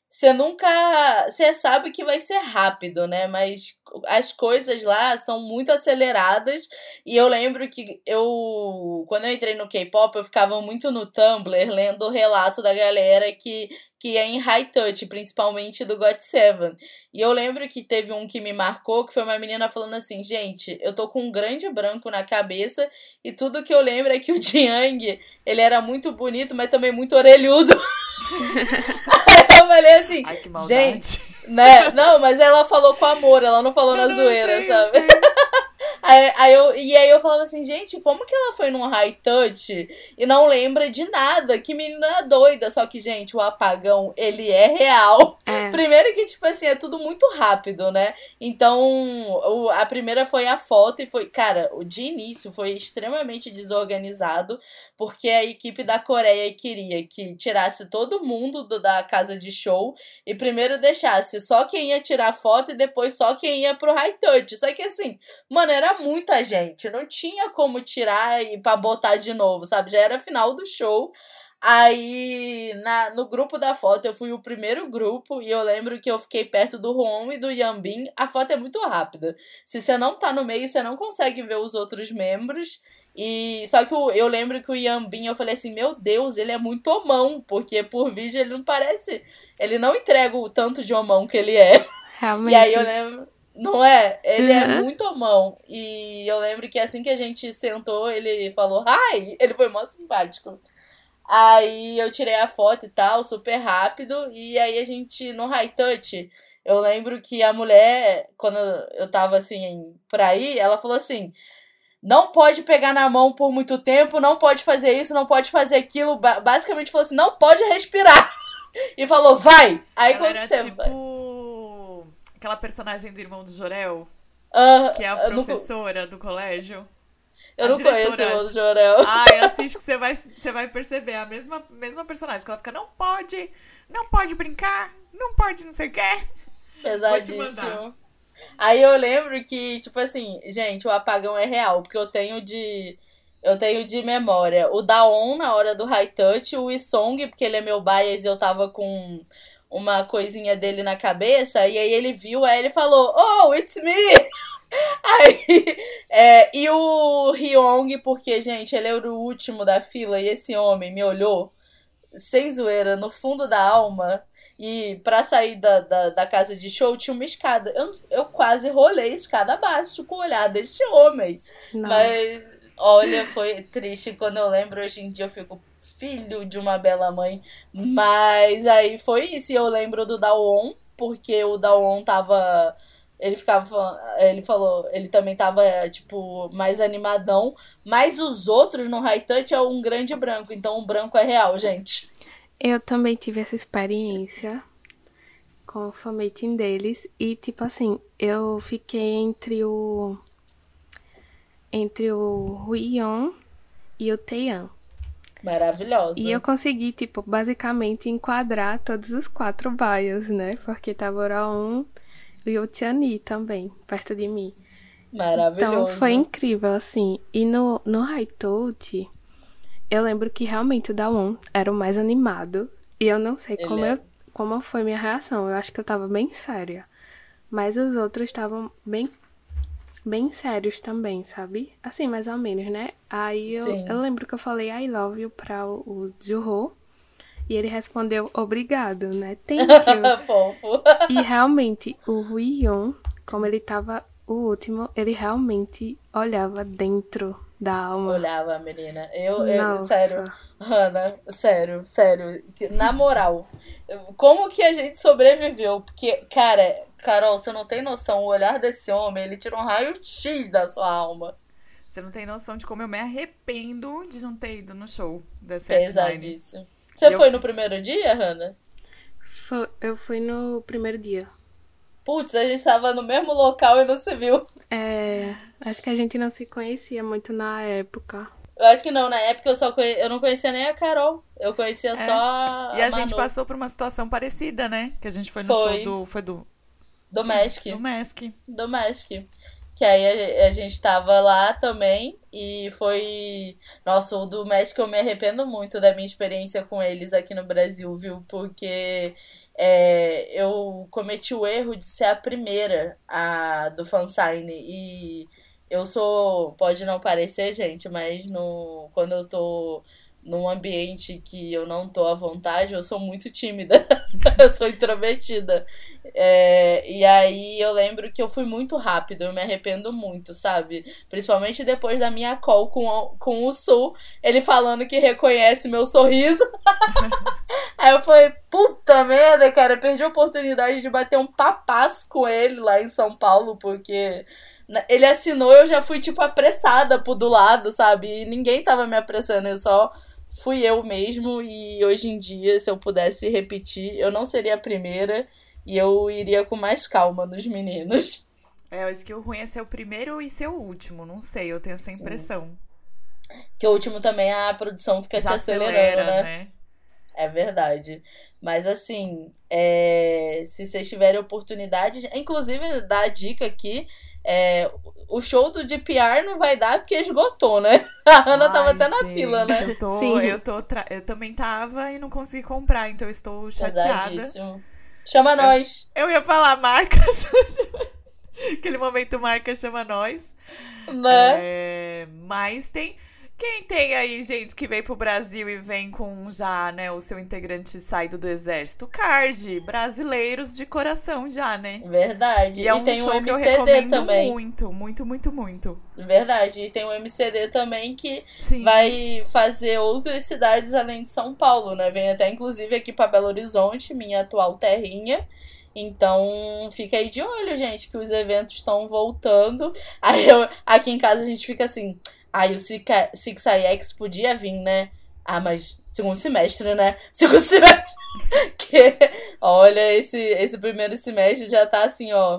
você sabe que vai ser rápido, né? Mas as coisas lá são muito aceleradas. E eu lembro que quando eu entrei no K-pop, eu ficava muito no Tumblr lendo o relato da galera que é em high touch, principalmente do GOT7. E eu lembro que teve um que me marcou, que foi uma menina falando assim, gente, eu tô com um grande branco na cabeça e tudo que eu lembro é que o Jiang, ele era muito bonito, mas também muito orelhudo. Aí eu falei assim, ai, que maldade. Gente, né? Não, mas ela falou com amor, ela não falou na zoeira, sabe? Aí eu falava assim, gente, como que ela foi num high touch e não lembra de nada? Que menina doida. Só que, gente, o apagão, ele é real. Primeiro que, tipo assim, é tudo muito rápido, né? Então, a primeira foi a foto e foi... Cara, de início foi extremamente desorganizado, porque a equipe da Coreia queria que tirasse todo mundo da casa de show e primeiro deixasse só quem ia tirar foto e depois só quem ia pro high touch. Só que, assim, mano, era muita gente, não tinha como tirar e pra botar de novo, sabe? Já era final do show. Aí, no grupo da foto, eu fui o primeiro grupo e eu lembro que eu fiquei perto do Rowoon e do Yanbin. A foto é muito rápida. Se você não tá no meio, você não consegue ver os outros membros. E só que eu lembro que o Yanbin, eu falei assim, meu Deus, ele é muito homão, porque por vídeo ele não parece... Ele não entrega o tanto de homão que ele é. Realmente. E aí eu lembro... Não é? Ele é muito homão. E eu lembro que assim que a gente sentou, ele falou, ai! Ele foi mó simpático. Aí eu tirei a foto e tal, super rápido. E aí a gente, no high touch, eu lembro que a mulher, quando eu tava assim, pra ir, ela falou assim, não pode pegar na mão por muito tempo, não pode fazer isso, não pode fazer aquilo. Basicamente falou assim, não pode respirar. E falou, vai! Aí ela quando era você tipo... vai... Aquela personagem do Irmão do Jorel. que é a professora do colégio. Eu não conheço o Jorel. Ai, assiste que você vai perceber. A mesma personagem. Que ela fica, não pode brincar, não pode não sei o que. Pesadíssimo. Aí eu lembro que, tipo assim, gente, o apagão é real. Porque eu tenho de memória o Daon na hora do high touch, o Isong, porque ele é meu bias e eu tava com uma coisinha dele na cabeça, e aí ele viu, aí ele falou, oh, it's me! Aí, e o Hyung, porque, gente, ele era o último da fila, e esse homem me olhou, sem zoeira, no fundo da alma, e pra sair da casa de show tinha uma escada. Eu quase rolei a escada abaixo com o olhar deste homem. Nossa. Mas, olha, foi triste. Quando eu lembro, hoje em dia eu fico filho de uma bela mãe. Mas aí foi isso. E eu lembro do Daon, porque o Daon tava... Ele também tava, tipo, mais animadão. Mas os outros no high touch é um grande branco. Então o branco é real, gente. Eu também tive essa experiência com o fanmeeting deles. E, tipo assim, eu fiquei entre o Huion e o Taeyeon. Maravilhosa. E eu consegui, tipo, basicamente enquadrar todos os 4 bios, né? Porque tava o Raon e o Tiani também, perto de mim. Maravilhoso. Então foi incrível, assim. E no High Touch, eu lembro que realmente o Daon era o mais animado. E eu não sei como foi minha reação. Eu acho que eu tava bem séria. Mas os outros estavam bem sérios também, sabe? Assim, mais ou menos, né? Aí eu lembro que eu falei I love you pra o Juho. E ele respondeu obrigado, né? Thank you. Fofo. E realmente, o Huion, como ele tava o último, ele realmente olhava dentro da alma. Olhava, menina. Eu sério, Hannah, sério. Na moral, como que a gente sobreviveu? Porque, cara, Carol, você não tem noção, o olhar desse homem, ele tira um raio-x da sua alma. Você não tem noção de como eu me arrependo de não ter ido no show da SF9. Pesadíssimo. Você foi no primeiro dia, Hannah? Eu fui no primeiro dia. Putz, a gente tava no mesmo local e não se viu. Acho que a gente não se conhecia muito na época. Eu acho que não, na época eu não conhecia nem a Carol. Eu conhecia só a E a Manu. gente passou por uma situação parecida, né? Que a gente foi no show do Mask. Do Mask. Que aí a gente tava lá também e foi... Nossa, o do México eu me arrependo muito da minha experiência com eles aqui no Brasil, viu? Porque eu cometi o erro de ser a primeira do fansign e eu sou... Pode não parecer, gente, mas quando eu tô num ambiente que eu não tô à vontade, eu sou muito tímida. Eu sou introvertida. E aí eu lembro que eu fui muito rápido, eu me arrependo muito, sabe? Principalmente depois da minha call com o Sul, ele falando que reconhece meu sorriso. Aí eu falei, puta merda, cara, perdi a oportunidade de bater um papasso com ele lá em São Paulo, porque ele assinou e eu já fui, tipo, apressada do lado, sabe? E ninguém tava me apressando, eu só fui eu mesmo. E hoje em dia, se eu pudesse repetir, eu não seria a primeira e eu iria com mais calma nos meninos. Eu acho que o ruim é ser o primeiro e ser o último, não sei, eu tenho essa impressão. Que o último também a produção fica já te acelerando, né? É verdade. Mas assim, se vocês tiverem oportunidade, inclusive dá a dica aqui, o show do DPR não vai dar porque esgotou, né? A Hannah tava até na fila, né? Eu também tava e não consegui comprar, então eu estou chateada. Pesadíssimo. Chama nós. Eu ia falar marcas. Aquele momento marca chama nós. Né? Mas quem tem aí gente que veio pro Brasil e vem com já, né, o seu integrante saído do exército? Card, brasileiros de coração já, né? Verdade. E tem show um que eu MCD recomendo também. muito. Verdade. E tem um MCD também que Sim. vai fazer outras cidades além de São Paulo, né? Vem até inclusive aqui pra Belo Horizonte, minha atual terrinha. Então, fica aí de olho, gente, que os eventos estão voltando. Aí aqui em casa a gente fica assim... o 6ix podia vir, né? Mas segundo semestre, né? Segundo semestre. Olha, esse primeiro semestre já tá assim, ó.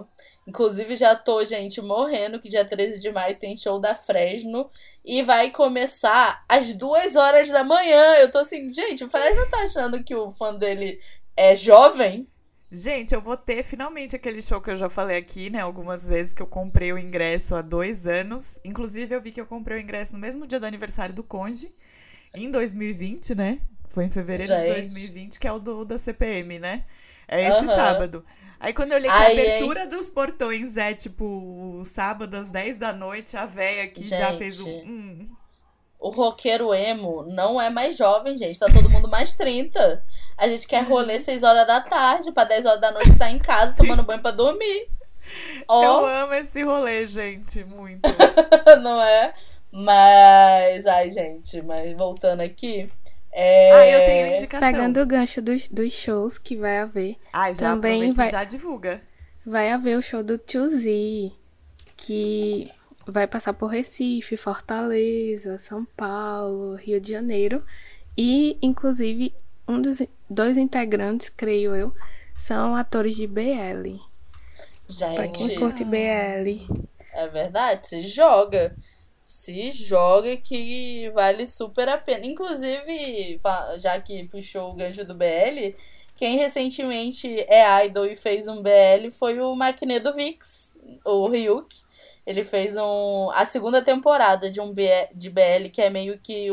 Inclusive, já tô, gente, morrendo que dia 13 de maio tem show da Fresno e vai começar às 2 horas da manhã. Eu tô assim, gente, o Fresno tá achando que o fã dele é jovem? Gente, eu vou ter finalmente aquele show que eu já falei aqui, né? Algumas vezes que eu comprei o ingresso há 2 anos. Inclusive, eu vi que eu comprei o ingresso no mesmo dia do aniversário do Conde, em 2020, né? Foi em fevereiro de 2020, que é o da CPM, né? É esse sábado. Aí quando eu olhei que a abertura dos portões é, tipo, sábado às 10 da noite, a véia que já fez O roqueiro emo não é mais jovem, gente. Tá todo mundo mais 30. A gente quer rolê 6 horas da tarde, pra 10 horas da noite estar em casa, tomando banho pra dormir. Eu amo esse rolê, gente, muito. Não é? Mas, ai, gente, mas voltando aqui... eu tenho indicação. Pegando o gancho dos shows que vai haver. Já também já divulga. Vai haver o show do Tio Z, que vai passar por Recife, Fortaleza, São Paulo, Rio de Janeiro. E, inclusive, dois integrantes, creio eu, são atores de BL. Gente, pra quem curte BL. É verdade, se joga. Se joga que vale super a pena. Inclusive, já que puxou o gancho do BL, quem recentemente é idol e fez um BL foi o Maknedo Vix, o Ryuk. Ele fez a segunda temporada de BL, que é meio que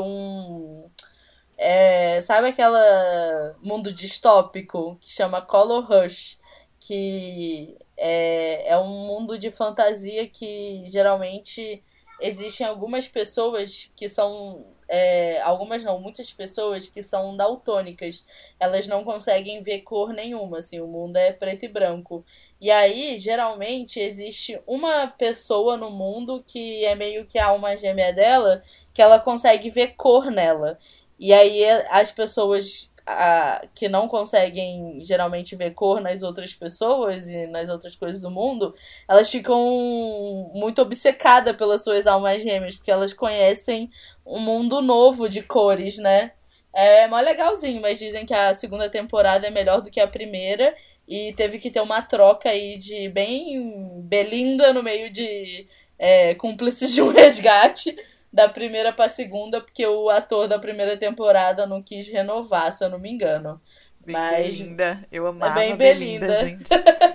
sabe aquela mundo distópico que chama Color Rush, que é um mundo de fantasia que geralmente existem algumas pessoas que são... algumas não, muitas pessoas que são daltônicas. Elas não conseguem ver cor nenhuma, assim, o mundo é preto e branco. E aí, geralmente, existe uma pessoa no mundo que é meio que a alma gêmea dela, que ela consegue ver cor nela. E aí, as pessoas que não conseguem geralmente ver cor nas outras pessoas e nas outras coisas do mundo, elas ficam muito obcecadas pelas suas almas gêmeas, porque elas conhecem um mundo novo de cores, né? É mó legalzinho, mas dizem que a segunda temporada é melhor do que a primeira e teve que ter uma troca aí de bem Belinda no meio de cúmplices de um resgate da primeira pra segunda, porque o ator da primeira temporada não quis renovar, se eu não me engano. Mas Belinda, eu amava bem Belinda, gente.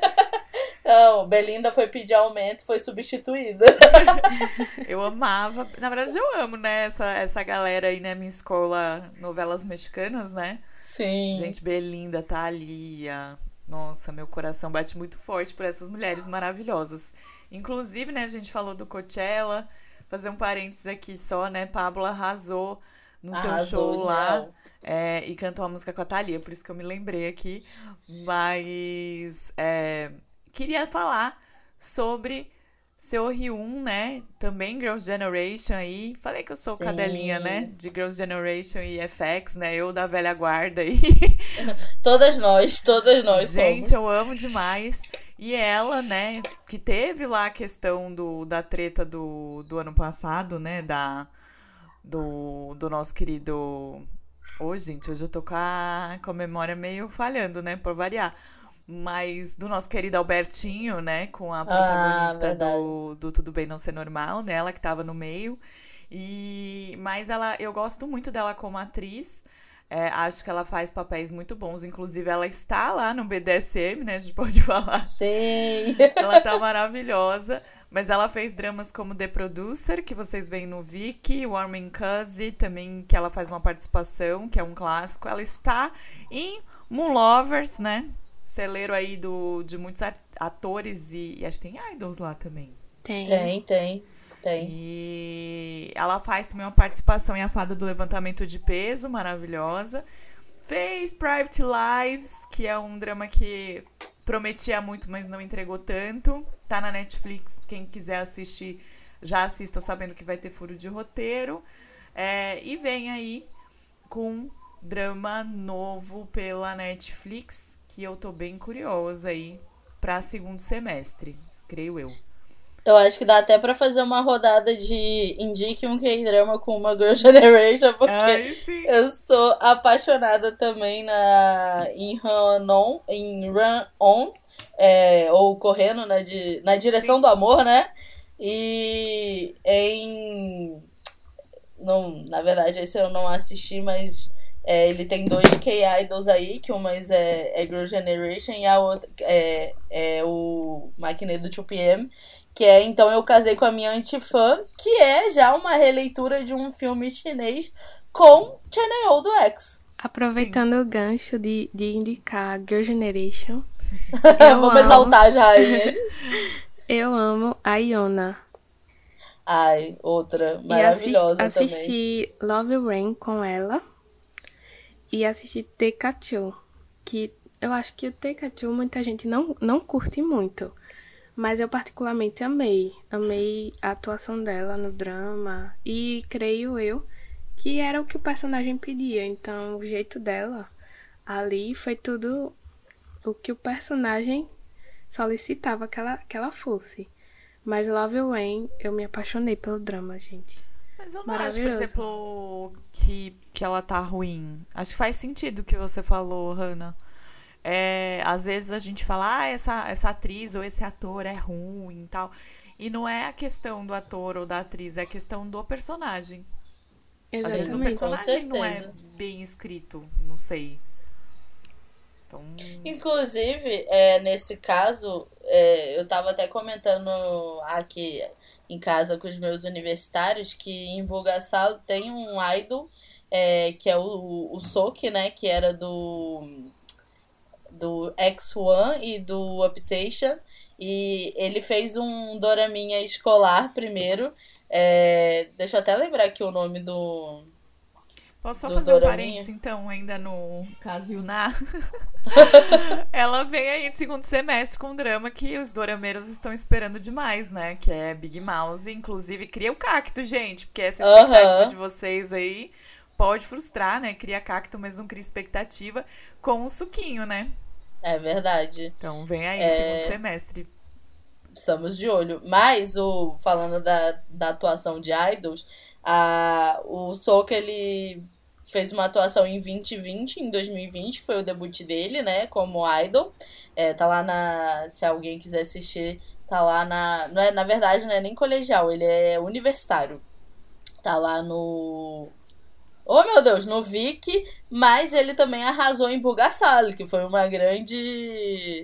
Não, Belinda foi pedir aumento e foi substituída. Eu amava, na verdade eu amo, né, essa galera aí, né, minha escola, novelas mexicanas, né? Sim. Gente, Belinda, Thalia, nossa, meu coração bate muito forte por essas mulheres maravilhosas. Inclusive, né, a gente falou do Coachella. Fazer um parênteses aqui só, né? Pablo arrasou no seu show lá. E cantou a música com a Thalia, por isso que eu me lembrei aqui. Mas queria falar sobre seu Hyun, né? Também Girls' Generation aí. Falei que eu sou cadelinha, né? De Girls' Generation e FX, né? Eu da velha guarda aí. Todas nós Gente, somos. eu amo demais. E ela, né, que teve lá a questão da treta do ano passado, né, do nosso querido... gente, hoje eu tô com a memória meio falhando, né, por variar. Mas do nosso querido Albertinho, né, com a protagonista do Tudo Bem Não Ser Normal, né, ela que tava no meio. Mas eu gosto muito dela como atriz. Acho que ela faz papéis muito bons. Inclusive, ela está lá no BDSM, né? A gente pode falar. Sim. Ela tá maravilhosa. Mas ela fez dramas como The Producer, que vocês veem no Viki, Warming Cozy, também, que ela faz uma participação, que é um clássico. Ela está em Moon Lovers, né? Celeiro aí de muitos atores e acho que tem idols lá também. Tem. E ela faz também uma participação em A Fada do Levantamento de Peso, maravilhosa. Fez Private Lives, que é um drama que prometia muito, mas não entregou tanto. Tá na Netflix, quem quiser assistir, já assista sabendo que vai ter furo de roteiro. E vem aí com drama novo pela Netflix, que eu tô bem curiosa aí pra segundo semestre, creio eu. Eu acho que dá até pra fazer uma rodada de indique um K-drama com uma Girl Generation, porque eu sou apaixonada também em Run On, ou correndo na direção Sim. do amor, né? E em... Não, na verdade, esse eu não assisti, mas ele tem 2 K-Idols aí, que uma é Girl Generation e a outra é o Matinê do 2PM, que é Então Eu Casei com a Minha Antifã, que é já uma releitura de um filme chinês com Chanel do X. Aproveitando o gancho de indicar Girl Generation, Vamos exaltar já aí. Eu amo a Iona. Ai, outra maravilhosa também. Assisti Love Rain com ela e assisti Tekachu, que eu acho que o Tekachu muita gente não curte muito, mas eu particularmente amei a atuação dela no drama e creio eu que era o que o personagem pedia, então o jeito dela ali foi tudo o que o personagem solicitava que ela fosse. Mas Love Rain, eu me apaixonei pelo drama, gente. Mas eu não acho, por exemplo, que ela tá ruim. Acho que faz sentido o que você falou, Hannah. Às vezes a gente fala, essa atriz ou esse ator é ruim e tal. E não é a questão do ator ou da atriz, é a questão do personagem. Exatamente. Às vezes o personagem não é bem escrito, não sei. Então... Inclusive, nesse caso, eu tava até comentando aqui em casa com os meus universitários que em Bugaçal tem um idol que é o Soki, né? Que era do X1 e do Uptation. E ele fez um doraminha escolar primeiro. Deixa eu até lembrar aqui o nome do... Posso só fazer um parênteses, então, ainda no caso Yuna? Ela vem aí de segundo semestre com um drama que os dorameiros estão esperando demais, né? Que é Big Mouse. Inclusive, cria o cacto, gente. Porque essa expectativa de vocês aí pode frustrar, né? Cria cacto, mas não cria expectativa com um suquinho, né? É verdade. Então, vem aí segundo semestre. Estamos de olho. Mas, falando da atuação de idols... o Soka, ele fez uma atuação em 2020, em 2020, foi o debut dele, né, como idol. Tá lá se alguém quiser assistir, tá lá na verdade, não é nem colegial, ele é universitário. Tá lá no... Oh, meu Deus, no Viki, mas ele também arrasou em Bugaçal, que foi uma grande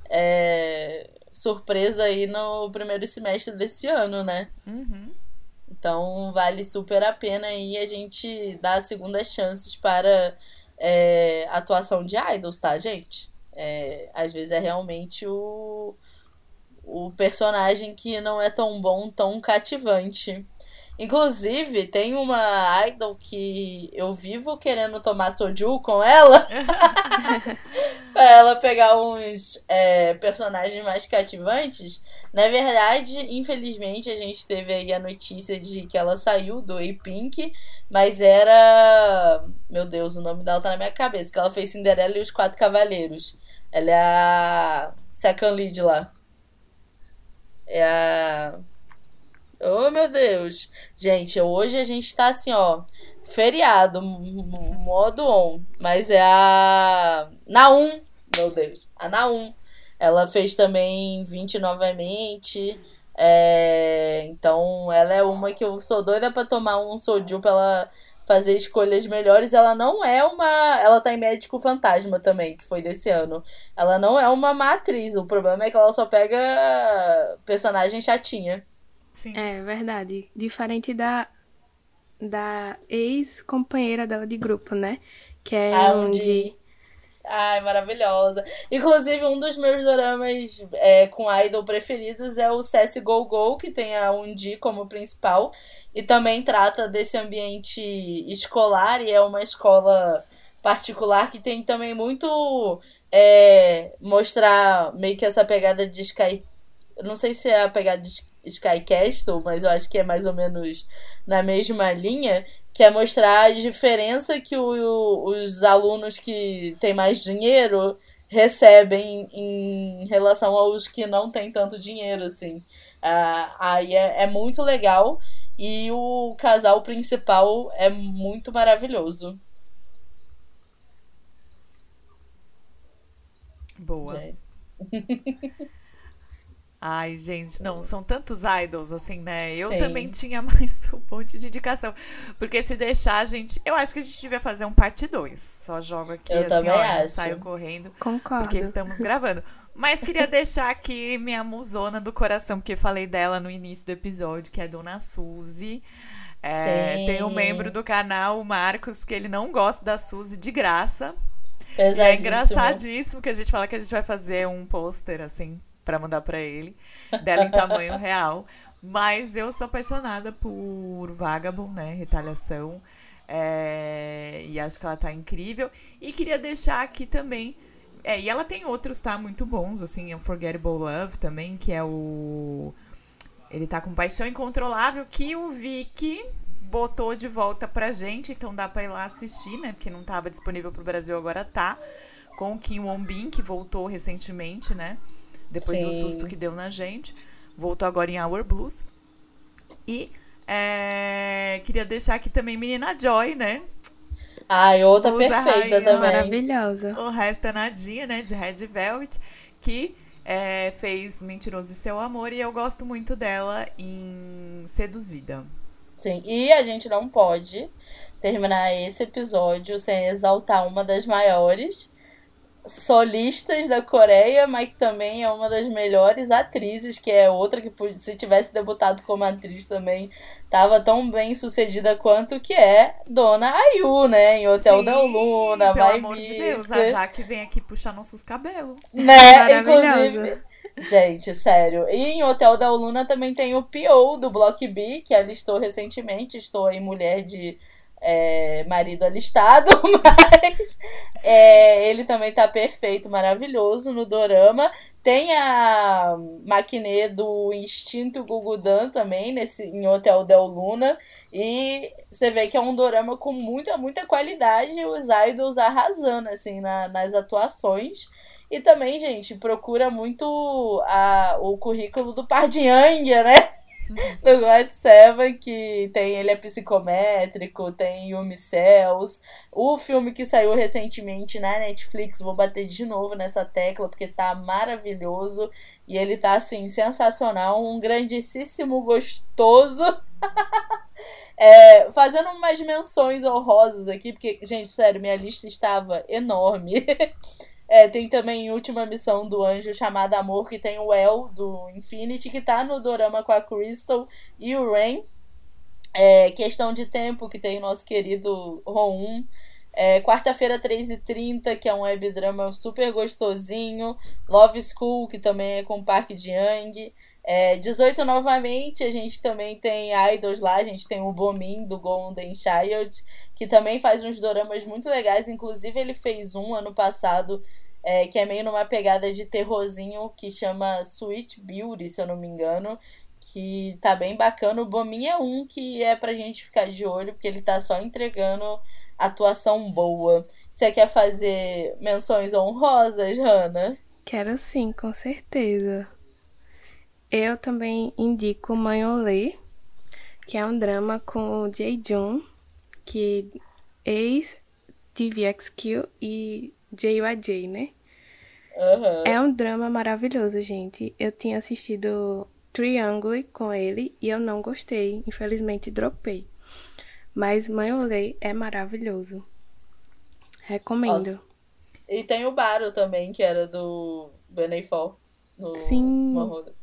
surpresa aí no primeiro semestre desse ano, né? Uhum. Então, vale super a pena aí a gente dar segundas chances para atuação de idols, tá, gente? Às vezes é realmente o personagem que não é tão bom, tão cativante. Inclusive, tem uma idol que eu vivo querendo tomar soju com ela pra ela pegar uns personagens mais cativantes. Na verdade, infelizmente, a gente teve aí a notícia de que ela saiu do A-Pink, mas era... Meu Deus, o nome dela tá na minha cabeça, que ela fez Cinderela e os Quatro Cavaleiros. Ela é a second lead lá. É a... Oh, meu Deus. Gente, hoje a gente tá assim, ó, feriado, modo on. Mas é a Naum, meu Deus. A Naum. Ela fez também 20 novamente. Então, ela é uma que eu sou doida pra tomar um soju pra ela fazer escolhas melhores. Ela não é uma... Ela tá em Médico Fantasma também, que foi desse ano. Ela não é uma má atriz. O problema é que ela só pega personagem chatinha. Sim. É verdade. Diferente da ex-companheira dela de grupo, né? Que é A Undi. Ai, maravilhosa. Inclusive, um dos meus doramas com idol preferidos é o Sassy Go Go, que tem a Undi como principal. E também trata desse ambiente escolar, e é uma escola particular que tem também muito mostrar meio que essa pegada de Sky... Eu não sei se é a pegada de Sky Castle, mas eu acho que é mais ou menos na mesma linha, que é mostrar a diferença que os alunos que têm mais dinheiro recebem em relação aos que não têm tanto dinheiro, assim. Aí é muito legal e o casal principal é muito maravilhoso. Boa. Ai, gente, não, são tantos idols, assim, né? Eu também Sim, tinha mais um monte de indicação. Porque se deixar, a gente. Eu acho que a gente devia fazer um parte 2. Só jogo aqui, eu assim, também ó, e não saio acho. correndo, porque Concordo. estamos gravando. Mas queria deixar aqui minha musona do coração, porque falei dela no início do episódio, que é a Dona Suzy. É, tem um membro Sim, do canal, o Marcos, que ele não gosta da Suzy de graça. E é pesadíssimo. engraçadíssimo que a gente fala que a gente vai fazer um pôster, assim, pra mandar pra ele, dela em tamanho real. Mas eu sou apaixonada por Vagabond, né? Retaliação. E acho que ela tá incrível. E queria deixar aqui também. E ela tem outros, tá? Muito bons, assim, Unforgettable Love também, que é o. Ele tá com Paixão Incontrolável, que o Vicky botou de volta pra gente, então dá pra ir lá assistir, né? Porque não tava disponível pro Brasil, agora tá. Com o Kim Won-bin, que voltou recentemente, né? Depois do susto que Sim. deu na gente. Voltou agora em Our Blues. E queria deixar aqui também Menina Joy, né? Ai, outra Musa perfeita Rainha, também. Maravilhosa. o resto é nadinha, né? De Red Velvet, que fez Mentiroso e Seu Amor. E eu gosto muito dela em Seduzida. Sim, e a gente não pode terminar esse episódio sem exaltar uma das maiores solistas da Coreia, mas que também é uma das melhores atrizes, que é outra que se tivesse debutado como atriz também tava tão bem sucedida quanto, que é Dona Ayu, né? Em Hotel da Sim, Luna, pelo My amor de Deus, a Biscuit, Jaque vem aqui puxar nossos cabelos. né? Maravilhosa. Inclusive, gente, sério. E em Hotel da Luna também tem o P.O. do Block B, que alistou recentemente. Estou aí, mulher de marido alistado, mas ele também tá perfeito, maravilhoso no dorama. Tem a Maquinê do Instinto Gugudan também, em Hotel Del Luna. E você vê que é um dorama com muita, muita qualidade, e os idols arrasando, assim, nas atuações. E também, gente, procura muito o currículo do Pardiang, né? Do God Seven, que tem ele é psicométrico, tem Yumi Cells. O filme que saiu recentemente na Netflix, vou bater de novo nessa tecla, porque tá maravilhoso. E ele tá, assim, sensacional. Um grandíssimo gostoso. Fazendo umas menções honrosas aqui, porque, gente, sério, minha lista estava enorme. Tem também Última Missão do Anjo chamada Amor, que tem o El do Infinity, que tá no dorama com a Crystal e o Rain. Questão de Tempo, que tem o nosso querido Roum. Quarta-feira 3h30, que é um webdrama super gostosinho. Love School, que também é com Park Ji-young. 18 novamente, a gente também tem idols lá, a gente tem o Bomin do Golden Child, que também faz uns doramas muito legais. Inclusive ele fez um ano passado, que é meio numa pegada de terrorzinho, que chama Sweet Beauty, se eu não me engano, que tá bem bacana. O Bomin é um que é pra gente ficar de olho, porque ele tá só entregando atuação boa. Você quer fazer menções honrosas, Hannah? Quero sim, com certeza. Eu também indico Mãe Olê, que é um drama com o Jae-jun, que é ex-TVXQ e JYJ, né? Aham. É um drama maravilhoso, gente. Eu tinha assistido Triangle com ele e eu não gostei. Infelizmente, dropei. Mas Mãe Olê é maravilhoso. Nossa. Recomendo. E tem o Baro também, que era do Beneifor, no Sim, Manhuda.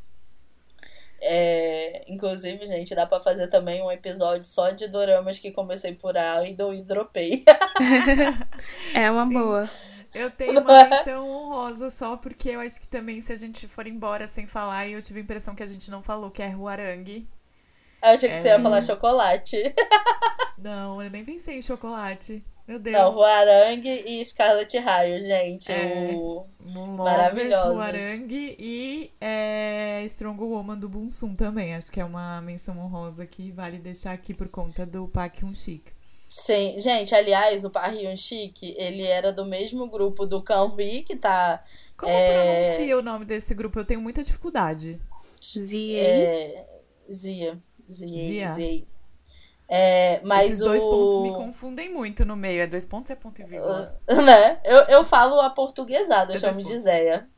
Inclusive, gente, dá pra fazer também um episódio só de doramas que comecei por Idol e dropei. é uma Sim, boa. eu tenho Não uma é? menção honrosa só porque eu acho que também se a gente for embora sem falar, e eu tive a impressão que a gente não falou, que é Huarang. Eu achei que você ia falar Sim. chocolate. Não, eu nem pensei em chocolate. Meu Não, Deus. Huarang e Scarlet Raio, gente. Moon Lovers, Maravilhosos. Huarang e Strong Woman do Bunsum também. Acho que é uma menção honrosa que vale deixar aqui por conta do Park Hyun-sik. Sim, gente, aliás, o Park Hyun-sik, ele era do mesmo grupo do Kan-hee, que tá. Como É, pronuncia o nome desse grupo? Eu tenho muita dificuldade. ZA. é, Zia. Zia. Zia. Zia. Mas Esses dois pontos me o. confundem muito no meio. É dois pontos ou é ponto e vírgula? Né? Eu falo a portuguesada, eu É dois chamo de pontos. Zéia.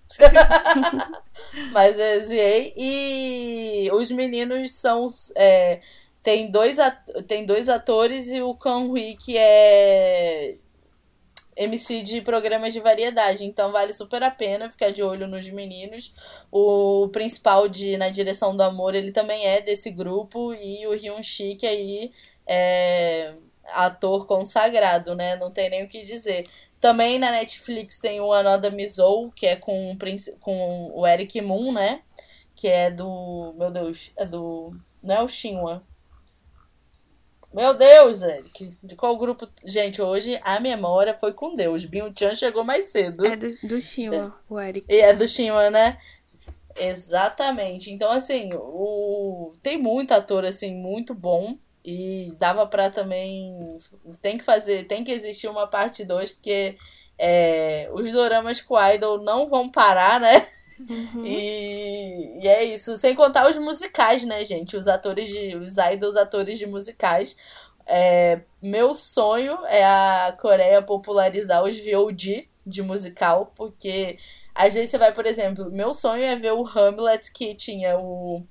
Mas é ZA. E os meninos são... tem dois atores e o Kang-hui, que é MC de programas de variedade. Então vale super a pena ficar de olho nos meninos. O principal de Na Direção do Amor, ele também é desse grupo. E o Hyun-sik, que aí é ator consagrado, né? Não tem nem o que dizer. Também na Netflix tem o Another Mizou, que é com o Eric Moon, né? Que é do... Meu Deus, é do... Não é o Shinhwa. Meu Deus, Eric. De qual grupo? Gente, hoje a memória foi com Deus. Byung-chan chegou mais cedo. É do Shinhwa, o Eric. E é do Shinhwa, né? Exatamente. Então, assim, tem muito ator, assim, muito bom. E dava pra também... Tem que existir uma parte 2, porque os doramas com idol não vão parar, né? Uhum. E é isso. Sem contar os musicais, né, gente? Os idols atores de musicais. Meu sonho é a Coreia popularizar os VOD de musical, porque às vezes você vai, por exemplo, meu sonho é ver o Hamlet, que tinha o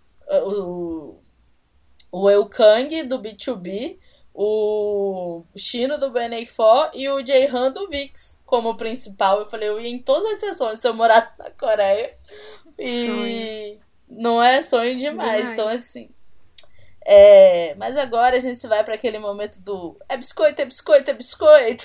Eukang do B2B, o Shino do BNA4 e o Jaehan do VIX como principal. Eu falei, eu ia em todas as sessões se eu morasse na Coreia. E Sonho. não é sonho demais. Demais. Então, assim... mas agora a gente vai para aquele momento do é biscoito, é biscoito, é biscoito.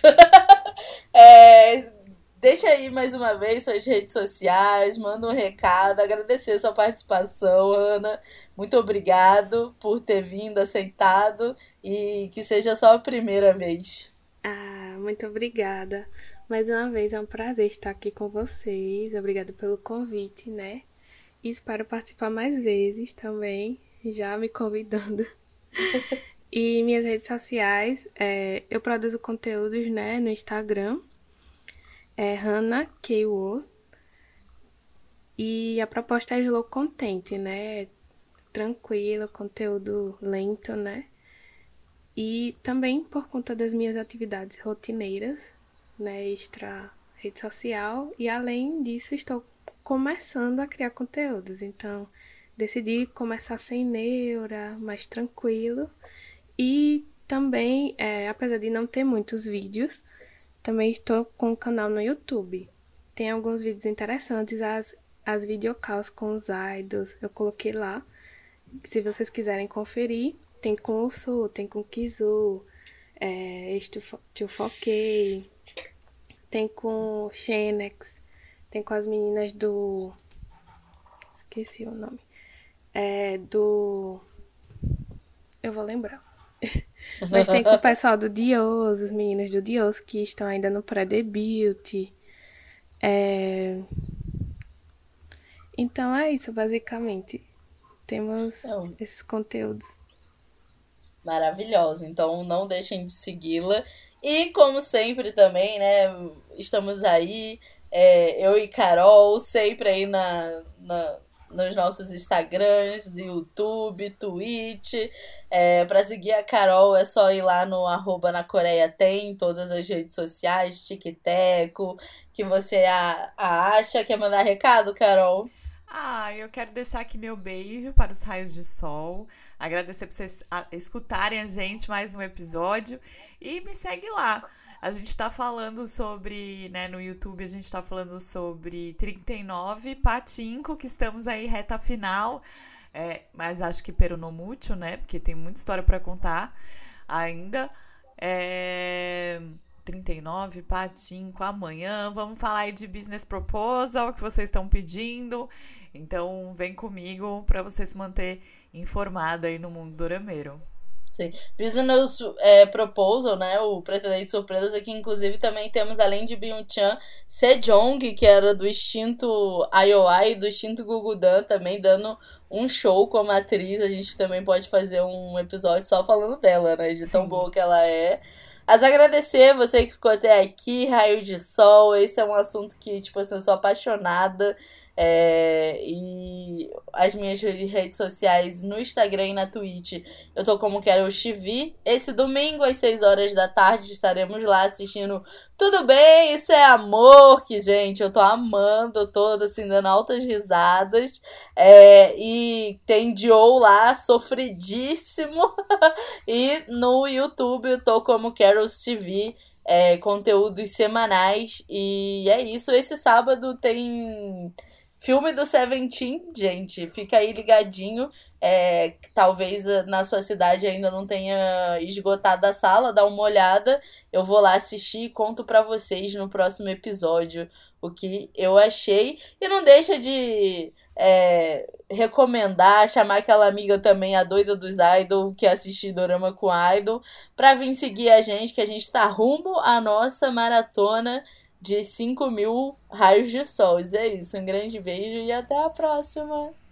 Deixa aí mais uma vez suas redes sociais, manda um recado, agradecer a sua participação, Ana. Muito obrigado por ter vindo, aceitado, e que seja só a primeira vez. Ah, muito obrigada. Mais uma vez é um prazer estar aqui com vocês. Obrigada pelo convite, né? E espero participar mais vezes também, já me convidando. E minhas redes sociais, eu produzo conteúdos, né, no Instagram. É Hannah Keiwo. E a proposta é slow content, né? Tranquilo, conteúdo lento, né? E também por conta das minhas atividades rotineiras, né? Extra rede social. E além disso, estou começando a criar conteúdos. Então, decidi começar sem neura, mais tranquilo. E também, apesar de não ter muitos vídeos, também estou com um canal no YouTube. Tem alguns vídeos interessantes, as videocalls com os idols, eu coloquei lá. Se vocês quiserem conferir, tem com o Su, tem com o Kizu, H24K, tem com o Xenex, tem com as meninas do... Esqueci o nome. Eu vou lembrar. Mas tem com o pessoal do Dios, os meninos do Dios que estão ainda no pré-debut. Então é isso, basicamente. Temos esses conteúdos. Maravilhosa. Então não deixem de segui-la. E como sempre também, né? Estamos aí, eu e Carol, sempre aí nos nossos Instagrams, YouTube, Twitch. Pra seguir a Carol é só ir lá no @nacoreiatem, em todas as redes sociais, TikTok, que você acha. Quer mandar recado, Carol? Eu quero deixar aqui meu beijo para os raios de sol. Agradecer por vocês escutarem a gente mais um episódio. E me segue lá. A gente tá falando sobre, né, no YouTube a gente tá falando sobre 39, Patinco, que estamos aí reta final, mas acho que peronomútil, né, porque tem muita história para contar ainda. 39, Patinco, amanhã, vamos falar aí de Business Proposal, que vocês estão pedindo, então vem comigo para você se manter informado aí no mundo dorameiro. Sim. Business Proposal, né? O Pretendente Surpresas, aqui inclusive também temos, além de Byung-chan, Sejong, que era do extinto IOI e do extinto Gugudan, também dando um show como atriz. A gente também pode fazer um episódio só falando dela, né? De tão boa que ela é. Mas agradecer você que ficou até aqui, Raio de Sol. Esse é um assunto que, tipo assim, eu sou apaixonada. E as minhas redes sociais no Instagram e na Twitch, eu tô como Carol TV. Esse domingo, às 6 horas da tarde, estaremos lá assistindo Tudo Bem, Isso é Amor, que, gente, eu tô amando, eu tô, assim, dando altas risadas. E tem Joe lá, sofridíssimo. E no YouTube eu tô como Carol TV, conteúdos semanais. E é isso. Esse sábado tem filme do Seventeen, gente. Fica aí ligadinho. Talvez na sua cidade ainda não tenha esgotado a sala. Dá uma olhada. Eu vou lá assistir e conto pra vocês no próximo episódio o que eu achei. E não deixa de recomendar, chamar aquela amiga também, a doida dos idol, que assiste Dorama com Idol, pra vir seguir a gente, que a gente tá rumo à nossa maratona de 5.000 raios de sol. É isso, um grande beijo e até a próxima!